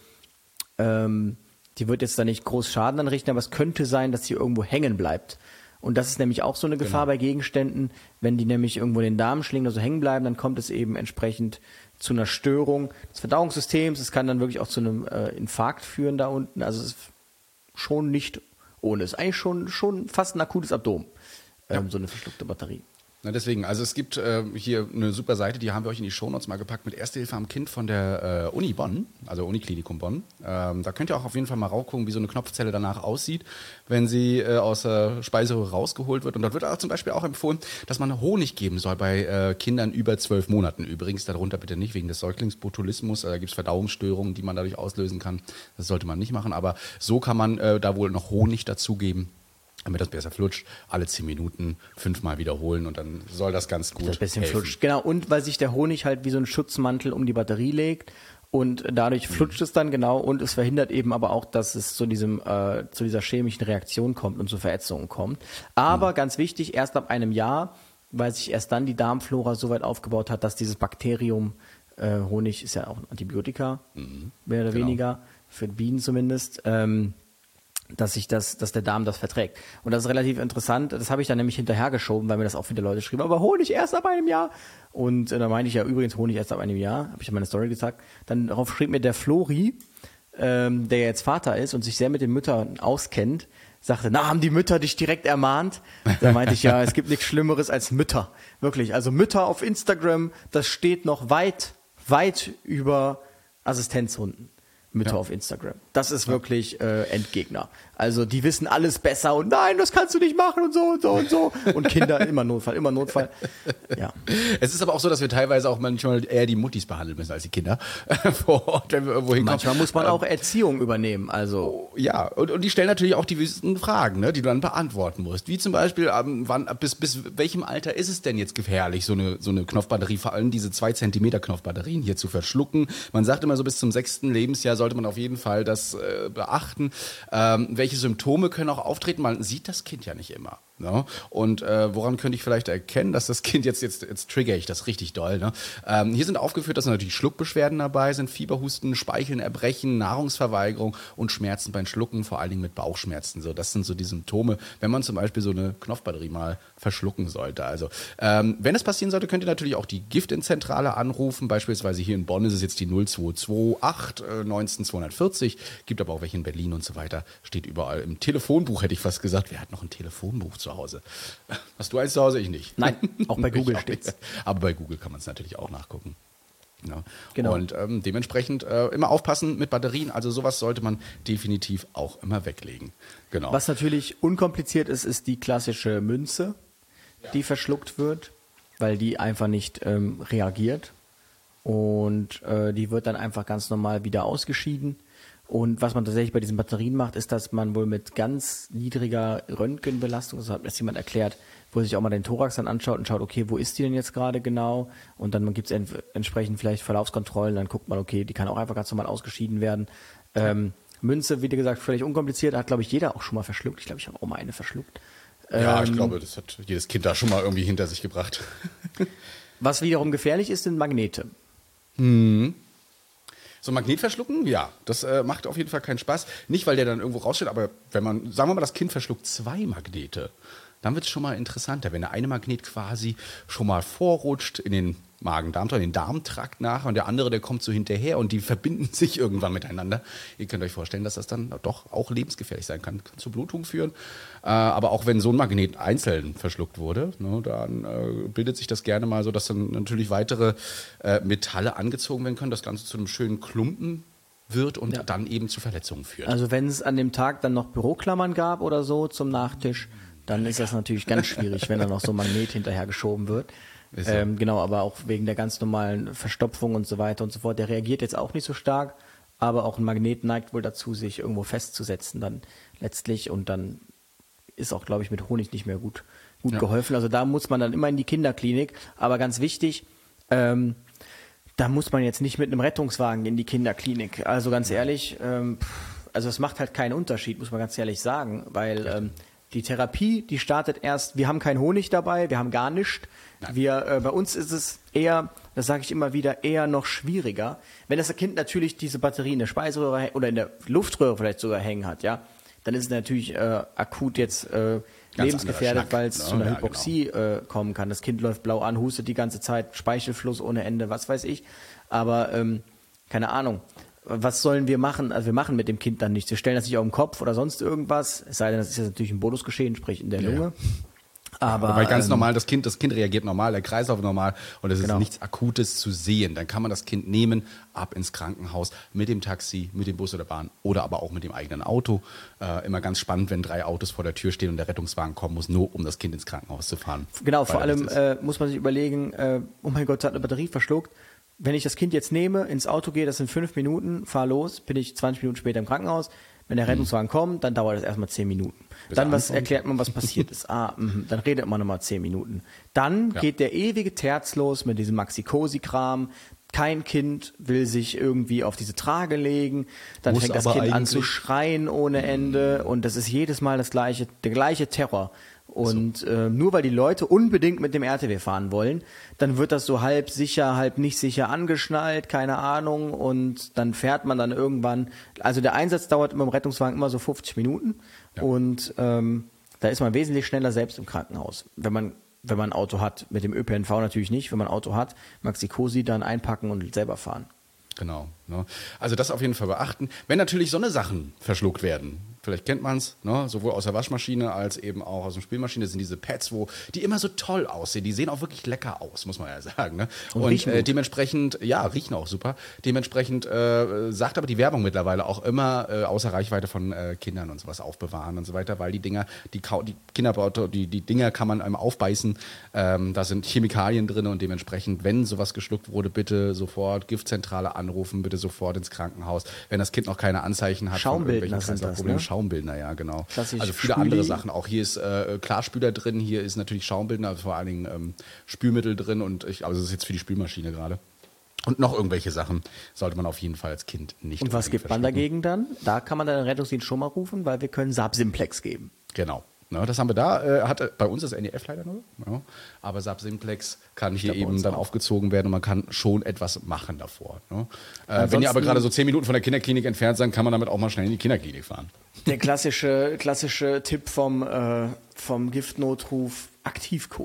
die wird jetzt da nicht groß Schaden anrichten, aber es könnte sein, dass sie irgendwo hängen bleibt. Und das ist nämlich auch so eine Gefahr bei Gegenständen. Wenn die nämlich irgendwo in den Darm schlingen oder so hängen bleiben, dann kommt es eben entsprechend zu einer Störung des Verdauungssystems. Es kann dann wirklich auch zu einem Infarkt führen da unten. Also es ist schon nicht ohne. Es ist eigentlich schon fast ein akutes Abdomen, so eine verschluckte Batterie. Na deswegen, also es gibt hier eine super Seite, die haben wir euch in die Shownotes mal gepackt mit Erste Hilfe am Kind von der Uni Bonn, also Uniklinikum Bonn. Da könnt ihr auch auf jeden Fall mal raufgucken, wie so eine Knopfzelle danach aussieht, wenn sie aus der Speiseröhre rausgeholt wird. Und dort wird auch zum Beispiel auch empfohlen, dass man Honig geben soll bei Kindern über 12 Monaten. Übrigens darunter bitte nicht wegen des Säuglingsbotulismus, da gibt es Verdauungsstörungen, die man dadurch auslösen kann. Das sollte man nicht machen, aber so kann man da wohl noch Honig dazugeben, damit das besser flutscht, alle 10 Minuten 5-mal wiederholen und dann soll das ganz gut das bisschen helfen. Flutscht. Genau, und weil sich der Honig halt wie so ein Schutzmantel um die Batterie legt und dadurch flutscht es dann genau und es verhindert eben aber auch, dass es zu dieser chemischen Reaktion kommt und zu Verätzungen kommt. Aber ganz wichtig, erst ab einem Jahr, weil sich erst dann die Darmflora so weit aufgebaut hat, dass dieses Bakterium, Honig ist ja auch ein Antibiotika, mehr oder weniger, für Bienen zumindest, dass der Darm das verträgt. Und das ist relativ interessant. Das habe ich dann nämlich hinterhergeschoben, weil mir das auch viele Leute schrieben, aber Honig erst ab einem Jahr. Und da meine ich ja übrigens Honig erst ab einem Jahr, habe ich in meiner Story gesagt. Dann darauf schrieb mir der Flori, der jetzt Vater ist und sich sehr mit den Müttern auskennt, sagte, haben die Mütter dich direkt ermahnt? Da meinte ich, ja, es gibt nichts Schlimmeres als Mütter. Wirklich, also Mütter auf Instagram, das steht noch weit, weit über Assistenzhunden. Mütter auf Instagram. Das ist wirklich Endgegner. Also die wissen alles besser und nein, das kannst du nicht machen und so und so und so. Und Kinder, immer Notfall. Ja. Es ist aber auch so, dass wir teilweise auch manchmal eher die Muttis behandeln müssen als die Kinder vor Ort, wenn wir irgendwo hinkommen. Manchmal muss man auch Erziehung übernehmen. Also ja, und die stellen natürlich auch die wüsten Fragen, ne, die du dann beantworten musst. Wie zum Beispiel, bis welchem Alter ist es denn jetzt gefährlich, so eine Knopfbatterie, vor allem diese 2 Zentimeter Knopfbatterien hier zu verschlucken? Man sagt immer so, bis zum 6. Lebensjahr sollte man auf jeden Fall das beachten. Welche Symptome können auch auftreten? Man sieht das Kind ja nicht immer. Ne? Und woran könnte ich vielleicht erkennen, dass das Kind jetzt trigger ich das richtig doll. Ne? Hier sind aufgeführt, dass natürlich Schluckbeschwerden dabei sind, Fieberhusten, Speicheln, Erbrechen, Nahrungsverweigerung und Schmerzen beim Schlucken, vor allen Dingen mit Bauchschmerzen. So, das sind so die Symptome, wenn man zum Beispiel so eine Knopfbatterie mal verschlucken sollte. Also wenn es passieren sollte, könnt ihr natürlich auch die Giftinzentrale anrufen. Beispielsweise hier in Bonn ist es jetzt die 0228 19240. Gibt aber auch welche in Berlin und so weiter. Steht überall im Telefonbuch, hätte ich fast gesagt. Wer hat noch ein Telefonbuch zu zu Hause. Hast du eins zu Hause? Ich nicht. Nein, auch bei Google steht's. Aber bei Google kann man es natürlich auch nachgucken. Ja. Genau. Und dementsprechend immer aufpassen mit Batterien. Also sowas sollte man definitiv auch immer weglegen. Genau. Was natürlich unkompliziert ist, ist die klassische Münze, die verschluckt wird, weil die einfach nicht reagiert. Und die wird dann einfach ganz normal wieder ausgeschieden. Und was man tatsächlich bei diesen Batterien macht, ist, dass man wohl mit ganz niedriger Röntgenbelastung, das hat mir jemand erklärt, wo sich auch mal den Thorax dann anschaut und schaut, okay, wo ist die denn jetzt gerade genau? Und dann gibt es entsprechend vielleicht Verlaufskontrollen, dann guckt man, okay, die kann auch einfach ganz normal ausgeschieden werden. Münze, wie gesagt, völlig unkompliziert, hat, glaube ich, jeder auch schon mal verschluckt. Ich glaube, ich habe auch mal eine verschluckt. Ja, ich glaube, das hat jedes Kind da schon mal irgendwie hinter sich gebracht. Was wiederum gefährlich ist, sind Magnete. So Magnet verschlucken, ja, das macht auf jeden Fall keinen Spaß. Nicht, weil der dann irgendwo raussteht, aber wenn man, sagen wir mal, das Kind verschluckt 2 Magnete, dann wird es schon mal interessanter, wenn der eine Magnet quasi schon mal vorrutscht in den Magen-Darm-Trakt, in den Darmtrakt nach und der andere, der kommt so hinterher und die verbinden sich irgendwann miteinander. Ihr könnt euch vorstellen, dass das dann doch auch lebensgefährlich sein kann zu Blutung führen. Aber auch wenn so ein Magnet einzeln verschluckt wurde, ne, dann bildet sich das gerne mal so, dass dann natürlich weitere Metalle angezogen werden können, das Ganze zu einem schönen Klumpen wird und dann eben zu Verletzungen führt. Also wenn es an dem Tag dann noch Büroklammern gab oder so zum Nachtisch, dann ist das natürlich ganz schwierig, wenn da noch so ein Magnet hinterher geschoben wird. So. Genau, aber auch wegen der ganz normalen Verstopfung und so weiter und so fort. Der reagiert jetzt auch nicht so stark, aber auch ein Magnet neigt wohl dazu, sich irgendwo festzusetzen dann letztlich und dann ist auch, glaube ich, mit Honig nicht mehr gut geholfen. Also da muss man dann immer in die Kinderklinik. Aber ganz wichtig, da muss man jetzt nicht mit einem Rettungswagen in die Kinderklinik. Also ganz ehrlich, also es macht halt keinen Unterschied, muss man ganz ehrlich sagen, weil die Therapie, die startet erst, wir haben keinen Honig dabei, wir haben gar nichts. Bei uns ist es eher, das sage ich immer wieder, eher noch schwieriger. Wenn das Kind natürlich diese Batterie in der Speiseröhre oder in der Luftröhre vielleicht sogar hängen hat, ja, dann ist es natürlich akut jetzt lebensgefährdet, weil es zu einer Hypoxie kommen kann. Das Kind läuft blau an, hustet die ganze Zeit, Speichelfluss ohne Ende, was weiß ich. Aber keine Ahnung. Was sollen wir machen? Also wir machen mit dem Kind dann nichts. Wir stellen das nicht auf den Kopf oder sonst irgendwas. Es sei denn, das ist jetzt natürlich ein Bonusgeschehen, sprich in der Lunge. Aber wobei ganz normal, das Kind reagiert normal, der Kreislauf normal und es ist nichts Akutes zu sehen. Dann kann man das Kind nehmen, ab ins Krankenhaus, mit dem Taxi, mit dem Bus oder Bahn oder aber auch mit dem eigenen Auto. Immer ganz spannend, wenn 3 Autos vor der Tür stehen und der Rettungswagen kommen muss, nur um das Kind ins Krankenhaus zu fahren. Genau, vor allem muss man sich überlegen, oh mein Gott, hat eine Batterie verschluckt. Wenn ich das Kind jetzt nehme, ins Auto gehe, das sind 5 Minuten, fahr los, bin ich 20 Minuten später im Krankenhaus. Wenn der Rettungswagen kommt, dann dauert das erstmal 10 Minuten. Dann erklärt man, was passiert ist. Dann redet man nochmal 10 Minuten. Dann geht der ewige Terz los mit diesem Maxi-Cosi-Kram. Kein Kind will sich irgendwie auf diese Trage legen. Dann fängt das Kind an zu schreien ohne Ende. Und das ist jedes Mal der gleiche Terror. Und nur weil die Leute unbedingt mit dem RTW fahren wollen, dann wird das so halb sicher, halb nicht sicher angeschnallt, keine Ahnung, und dann fährt man dann irgendwann, also der Einsatz dauert im Rettungswagen immer so 50 Minuten und da ist man wesentlich schneller selbst im Krankenhaus, wenn man ein Auto hat. Mit dem ÖPNV natürlich nicht, wenn man ein Auto hat, Maxi-Cosi dann einpacken und selber fahren. Genau. Ne? Also das auf jeden Fall beachten. Wenn natürlich so eine Sachen verschluckt werden, vielleicht kennt man es, ne? Sowohl aus der Waschmaschine als eben auch aus der Spülmaschine, sind diese Pads, die immer so toll aussehen. Die sehen auch wirklich lecker aus, muss man ja sagen. Ne? Und dementsprechend, riechen auch super. Dementsprechend sagt aber die Werbung mittlerweile auch immer außer Reichweite von Kindern und sowas aufbewahren und so weiter, weil die Dinger, die Dinger kann man einmal aufbeißen. Da sind Chemikalien drin und dementsprechend, wenn sowas geschluckt wurde, bitte sofort Giftzentrale anrufen, bitte sofort ins Krankenhaus. Wenn das Kind noch keine Anzeichen hat von irgendwelchen Kreislaufproblemen. Schaumbildner, ja, genau. Klassisch also viele andere Sachen auch. Hier ist Klarspüler drin, hier ist natürlich Schaumbildner, also vor allen Dingen Spülmittel drin also das ist jetzt für die Spülmaschine gerade. Und noch irgendwelche Sachen sollte man auf jeden Fall als Kind nicht. Und was gibt man dagegen dann? Da kann man dann den Rettungsdienst schon mal rufen, weil wir können Sab-Simplex geben. Genau. Ne, das haben wir da, hat bei uns das NEF leider nur, ja, aber Sab-Simplex kann hier eben dann aufgezogen werden und man kann schon etwas machen davor. Ne? Wenn ihr aber gerade so 10 Minuten von der Kinderklinik entfernt seid, kann man damit auch mal schnell in die Kinderklinik fahren. Der klassische Tipp vom Giftnotruf, Aktivkohle.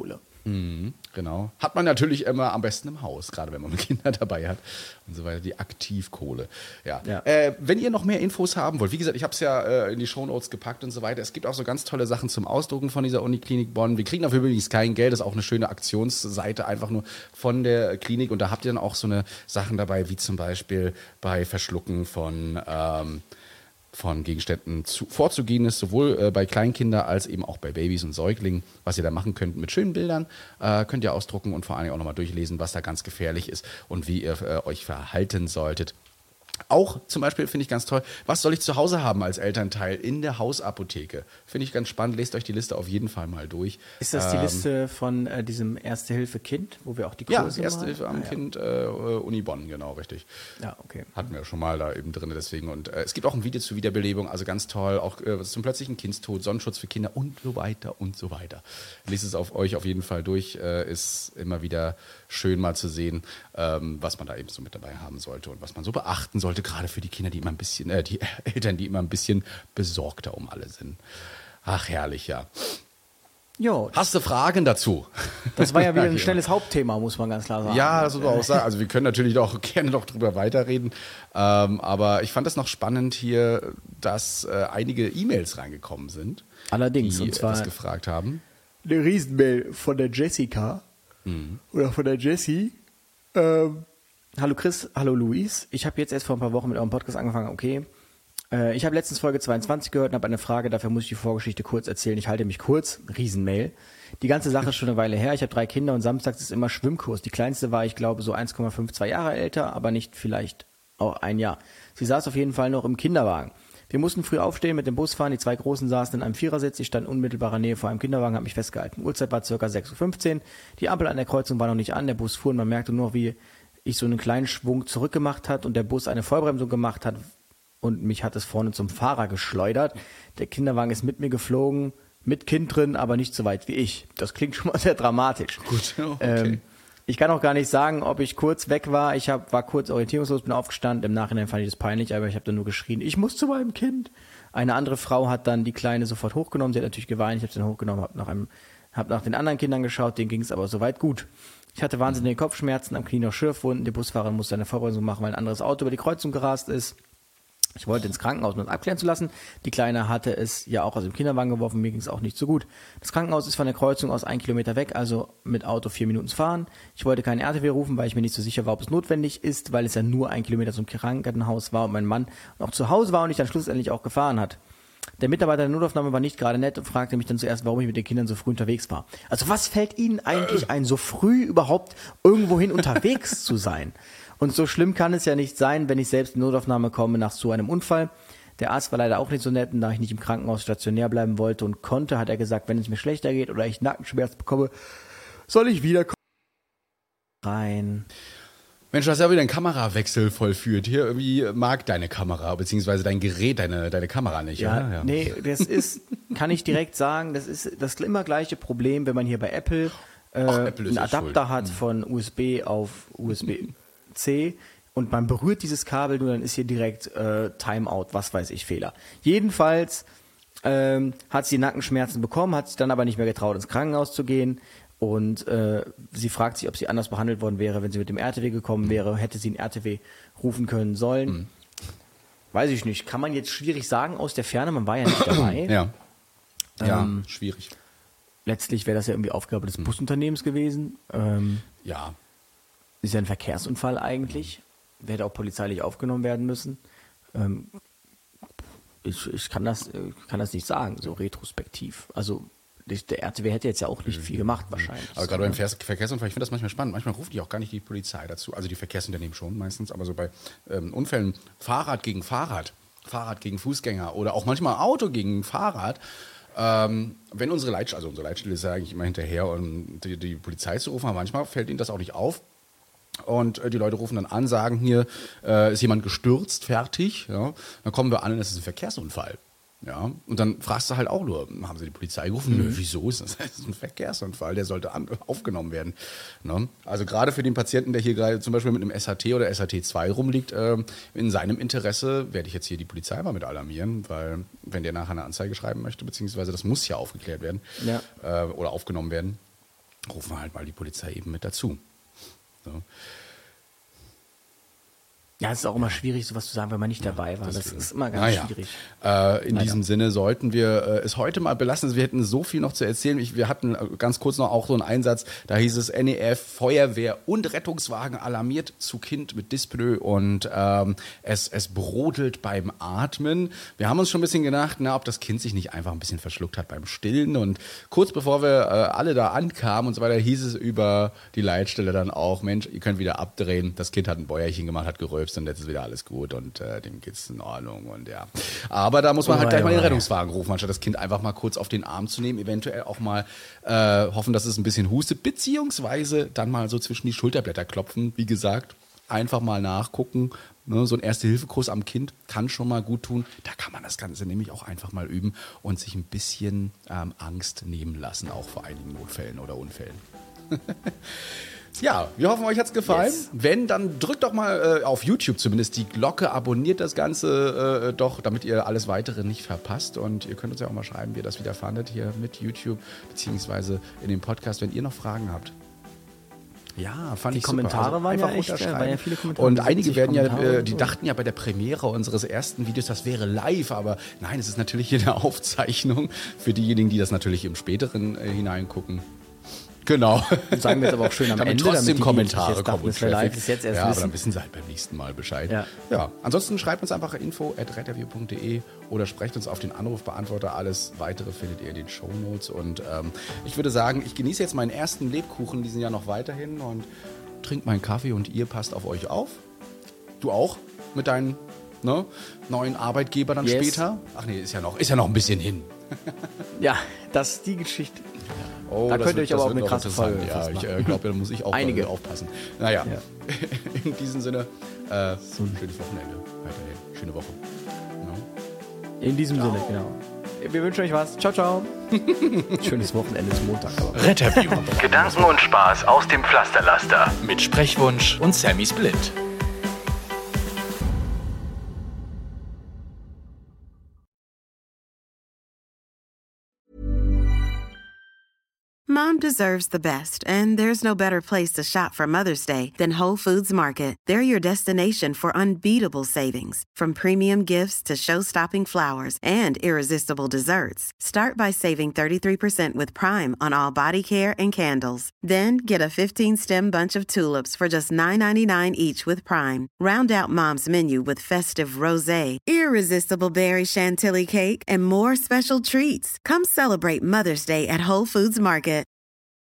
Genau. Hat man natürlich immer am besten im Haus, gerade wenn man Kinder dabei hat und so weiter, die Aktivkohle. Ja. Wenn ihr noch mehr Infos haben wollt, wie gesagt, ich habe es ja in die Shownotes gepackt und so weiter. Es gibt auch so ganz tolle Sachen zum Ausdrucken von dieser Uniklinik Bonn. Wir kriegen dafür übrigens kein Geld, das ist auch eine schöne Aktionsseite einfach nur von der Klinik. Und da habt ihr dann auch so eine Sachen dabei, wie zum Beispiel bei Verschlucken von Gegenständen vorzugehen ist, sowohl bei Kleinkindern als eben auch bei Babys und Säuglingen, was ihr da machen könnt mit schönen Bildern, könnt ihr ausdrucken und vor allem auch nochmal durchlesen, was da ganz gefährlich ist und wie ihr euch verhalten solltet. Auch zum Beispiel finde ich ganz toll, was soll ich zu Hause haben als Elternteil in der Hausapotheke? Finde ich ganz spannend, lest euch die Liste auf jeden Fall mal durch. Ist das die Liste von diesem Erste-Hilfe-Kind, wo wir auch die Kurse Ja, Erste-Hilfe am Kind, Uni Bonn, genau, richtig. Ja, okay. Hatten wir schon mal da eben drin, deswegen. Und es gibt auch ein Video zur Wiederbelebung, also ganz toll, auch zum plötzlichen Kindstod, Sonnenschutz für Kinder und so weiter und so weiter. Lest es euch auf jeden Fall durch, ist immer wieder schön mal zu sehen, was man da eben so mit dabei haben sollte und was man so beachten sollte, gerade für die Kinder, die immer ein bisschen, die Eltern, die immer ein bisschen besorgter um alle sind. Ach, herrlich, ja. Jo. Hast du Fragen dazu? Das war ja wieder ein schnelles Hauptthema, muss man ganz klar sagen. Ja, das muss man auch sagen. Also wir können natürlich auch gerne noch drüber weiterreden. Aber ich fand es noch spannend hier, dass einige E-Mails reingekommen sind. Allerdings, die und zwar etwas gefragt haben. Eine Riesenmail von der Jessica oder von der Jessie. Hallo Chris, hallo Luis. Ich habe jetzt erst vor ein paar Wochen mit eurem Podcast angefangen. Okay. Ich habe letztens Folge 22 gehört und habe eine Frage, dafür muss ich die Vorgeschichte kurz erzählen. Ich halte mich kurz. Riesenmail. Die ganze Sache ist schon eine Weile her. Ich habe 3 Kinder und samstags ist immer Schwimmkurs. Die kleinste war, ich glaube, so 1,5, 2 Jahre älter, aber nicht vielleicht auch 1 Jahr. Sie saß auf jeden Fall noch im Kinderwagen. Wir mussten früh aufstehen, mit dem Bus fahren. Die 2 Großen saßen in einem Vierersitz. Ich stand in unmittelbarer Nähe vor einem Kinderwagen, habe mich festgehalten. Uhrzeit war ca. 6:15 Uhr. Die Ampel an der Kreuzung war noch nicht an. Der Bus fuhr und man merkte nur noch, wie ich so einen kleinen Schwung zurückgemacht hat und der Bus eine Vollbremsung gemacht hat und mich hat es vorne zum Fahrer geschleudert. Der Kinderwagen ist mit mir geflogen, mit Kind drin, aber nicht so weit wie ich. Das klingt schon mal sehr dramatisch. Gut, okay. Ich kann auch gar nicht sagen, ob ich kurz weg war. Ich war kurz orientierungslos, bin aufgestanden. Im Nachhinein fand ich das peinlich, aber ich habe dann nur geschrien, ich muss zu meinem Kind. Eine andere Frau hat dann die Kleine sofort hochgenommen. Sie hat natürlich geweint. Ich habe sie dann hochgenommen, habe nach den anderen Kindern geschaut. Denen ging es aber soweit gut. Ich hatte wahnsinnige Kopfschmerzen, am Knie noch Schürfwunden. Der Busfahrer musste eine Vorbereitung machen, weil ein anderes Auto über die Kreuzung gerast ist. Ich wollte ins Krankenhaus, um das abklären zu lassen. Die Kleine hatte es ja auch aus dem Kinderwagen geworfen, mir ging es auch nicht so gut. Das Krankenhaus ist von der Kreuzung aus 1 Kilometer weg, also mit Auto 4 Minuten fahren. Ich wollte keinen RTW rufen, weil ich mir nicht so sicher war, ob es notwendig ist, weil es ja nur 1 Kilometer zum Krankenhaus war und mein Mann noch zu Hause war und ich dann schlussendlich auch gefahren hat. Der Mitarbeiter der Notaufnahme war nicht gerade nett und fragte mich dann zuerst, warum ich mit den Kindern so früh unterwegs war. Also was fällt Ihnen eigentlich ein, so früh überhaupt irgendwohin unterwegs zu sein? Und so schlimm kann es ja nicht sein, wenn ich selbst in die Notaufnahme komme nach so einem Unfall. Der Arzt war leider auch nicht so nett, und da ich nicht im Krankenhaus stationär bleiben wollte und konnte, hat er gesagt, wenn es mir schlechter geht oder ich Nackenschmerzen bekomme, soll ich wiederkommen. Rein. Mensch, du hast ja wieder einen Kamerawechsel vollführt. Hier irgendwie mag deine Kamera, beziehungsweise dein Gerät, deine Kamera nicht, ja, oder? Ja. Nee, das ist, kann ich direkt sagen, das ist das immer gleiche Problem, wenn man hier bei Apple, einen Adapter hat von USB auf USB-C und man berührt dieses Kabel, nur dann ist hier direkt Timeout, was weiß ich, Fehler. Jedenfalls hat sie Nackenschmerzen bekommen, hat sich dann aber nicht mehr getraut, ins Krankenhaus zu gehen. Und sie fragt sich, ob sie anders behandelt worden wäre, wenn sie mit dem RTW gekommen wäre. Hätte sie einen RTW rufen können sollen. Weiß ich nicht. Kann man jetzt schwierig sagen aus der Ferne. Man war ja nicht dabei. Ja, schwierig. Letztlich wäre das ja irgendwie Aufgabe des Busunternehmens gewesen. Ja. Ist ja ein Verkehrsunfall eigentlich. Hätte auch polizeilich aufgenommen werden müssen. Ich kann das nicht sagen, so retrospektiv. Also der RTW hätte jetzt ja auch nicht viel gemacht wahrscheinlich. Aber gerade beim Verkehrsunfall, ich finde das manchmal spannend. Manchmal ruft die auch gar nicht die Polizei dazu. Also die Verkehrsunternehmen schon meistens, aber so bei Unfällen Fahrrad gegen Fahrrad, Fahrrad gegen Fußgänger oder auch manchmal Auto gegen Fahrrad. Wenn unsere Leitstelle ist ja eigentlich immer hinterher, um die Polizei zu rufen, aber manchmal fällt ihnen das auch nicht auf. Und die Leute rufen dann an, sagen hier, ist jemand gestürzt, fertig. Ja? Dann kommen wir an und es ist ein Verkehrsunfall. Ja, und dann fragst du halt auch nur, haben sie die Polizei gerufen? Nö, wieso ist das? Das ist ein Verkehrsunfall, der sollte aufgenommen werden. Ne? Also gerade für den Patienten, der hier gerade zum Beispiel mit einem SHT oder SHT2 rumliegt, in seinem Interesse werde ich jetzt hier die Polizei mal mit alarmieren, weil wenn der nachher eine Anzeige schreiben möchte, beziehungsweise das muss ja aufgeklärt werden oder aufgenommen werden. rufen wir halt mal die Polizei eben mit dazu. So. Ja, es ist auch immer schwierig, sowas zu sagen, wenn man nicht dabei war. Das ist immer ganz schwierig. In diesem Sinne sollten wir es heute mal belassen. Also wir hätten so viel noch zu erzählen. Wir hatten ganz kurz noch auch so einen Einsatz, da hieß es NEF, Feuerwehr und Rettungswagen alarmiert zu Kind mit Dyspnoe und es brodelt beim Atmen. Wir haben uns schon ein bisschen gedacht, ob das Kind sich nicht einfach ein bisschen verschluckt hat beim Stillen. Und kurz bevor wir alle da ankamen und so weiter, hieß es über die Leitstelle dann auch, Mensch, ihr könnt wieder abdrehen. Das Kind hat ein Bäuerchen gemacht, hat gerülpst und jetzt ist wieder alles gut und dem geht's in Ordnung und ja. Aber da muss man halt gleich mal den Rettungswagen rufen, anstatt das Kind einfach mal kurz auf den Arm zu nehmen, eventuell auch mal hoffen, dass es ein bisschen hustet, beziehungsweise dann mal so zwischen die Schulterblätter klopfen. Wie gesagt, einfach mal nachgucken. Ne? So ein Erste-Hilfe-Kurs am Kind kann schon mal gut tun. Da kann man das Ganze nämlich auch einfach mal üben und sich ein bisschen Angst nehmen lassen, auch vor einigen Notfällen oder Unfällen. Ja, wir hoffen, euch hat's gefallen. Yes. Wenn, dann drückt doch mal auf YouTube zumindest die Glocke, abonniert das Ganze doch, damit ihr alles Weitere nicht verpasst. Und ihr könnt uns ja auch mal schreiben, wie ihr das wieder fandet hier mit YouTube, beziehungsweise in dem Podcast, wenn ihr noch Fragen habt. Ja, fand ich super. Die Kommentare waren ja echt, waren ja viele Kommentare. Und einige werden ja, die dachten ja bei der Premiere unseres ersten Videos, das wäre live, aber nein, es ist natürlich hier eine Aufzeichnung für diejenigen, die das natürlich im späteren hineingucken. Genau. Das sagen wir jetzt aber auch schön am damit Ende, trotzdem damit Kommentare kommen und live ist jetzt erst ja, wissen. aber dann wissen sie halt beim nächsten Mal Bescheid. Ja. Ansonsten schreibt uns einfach info@retterview.de oder sprecht uns auf den Anrufbeantworter. Alles Weitere findet ihr in den Shownotes. Und ich würde sagen, ich genieße jetzt meinen ersten Lebkuchen, die sind ja noch weiterhin und trinkt meinen Kaffee und ihr passt auf euch auf. Du auch mit deinen neuen Arbeitgeber dann später? Ach nee, ist ja noch ein bisschen hin. Ja, das ist die Geschichte. Oh, da könnt ihr euch aber auch eine krasse Folge Ja, ich glaube, da muss ich auch aufpassen. Naja, in diesem Sinne, schönes Wochenende. Weiterhin, schöne Woche. No? In diesem Sinne, genau. Wir wünschen euch was. Ciao, ciao. Schönes Wochenende, ist Montag. Retterview. Gedanken und Spaß aus dem Pflasterlaster. Mit Sprechwunsch und Sammy Splint. Mom deserves the best, and there's no better place to shop for Mother's Day than Whole Foods Market. They're your destination for unbeatable savings, from premium gifts to show-stopping flowers and irresistible desserts. Start by saving 33% with Prime on all body care and candles. Then get a 15-stem bunch of tulips for just $9.99 each with Prime. Round out Mom's menu with festive rosé, irresistible berry chantilly cake, and more special treats. Come celebrate Mother's Day at Whole Foods Market.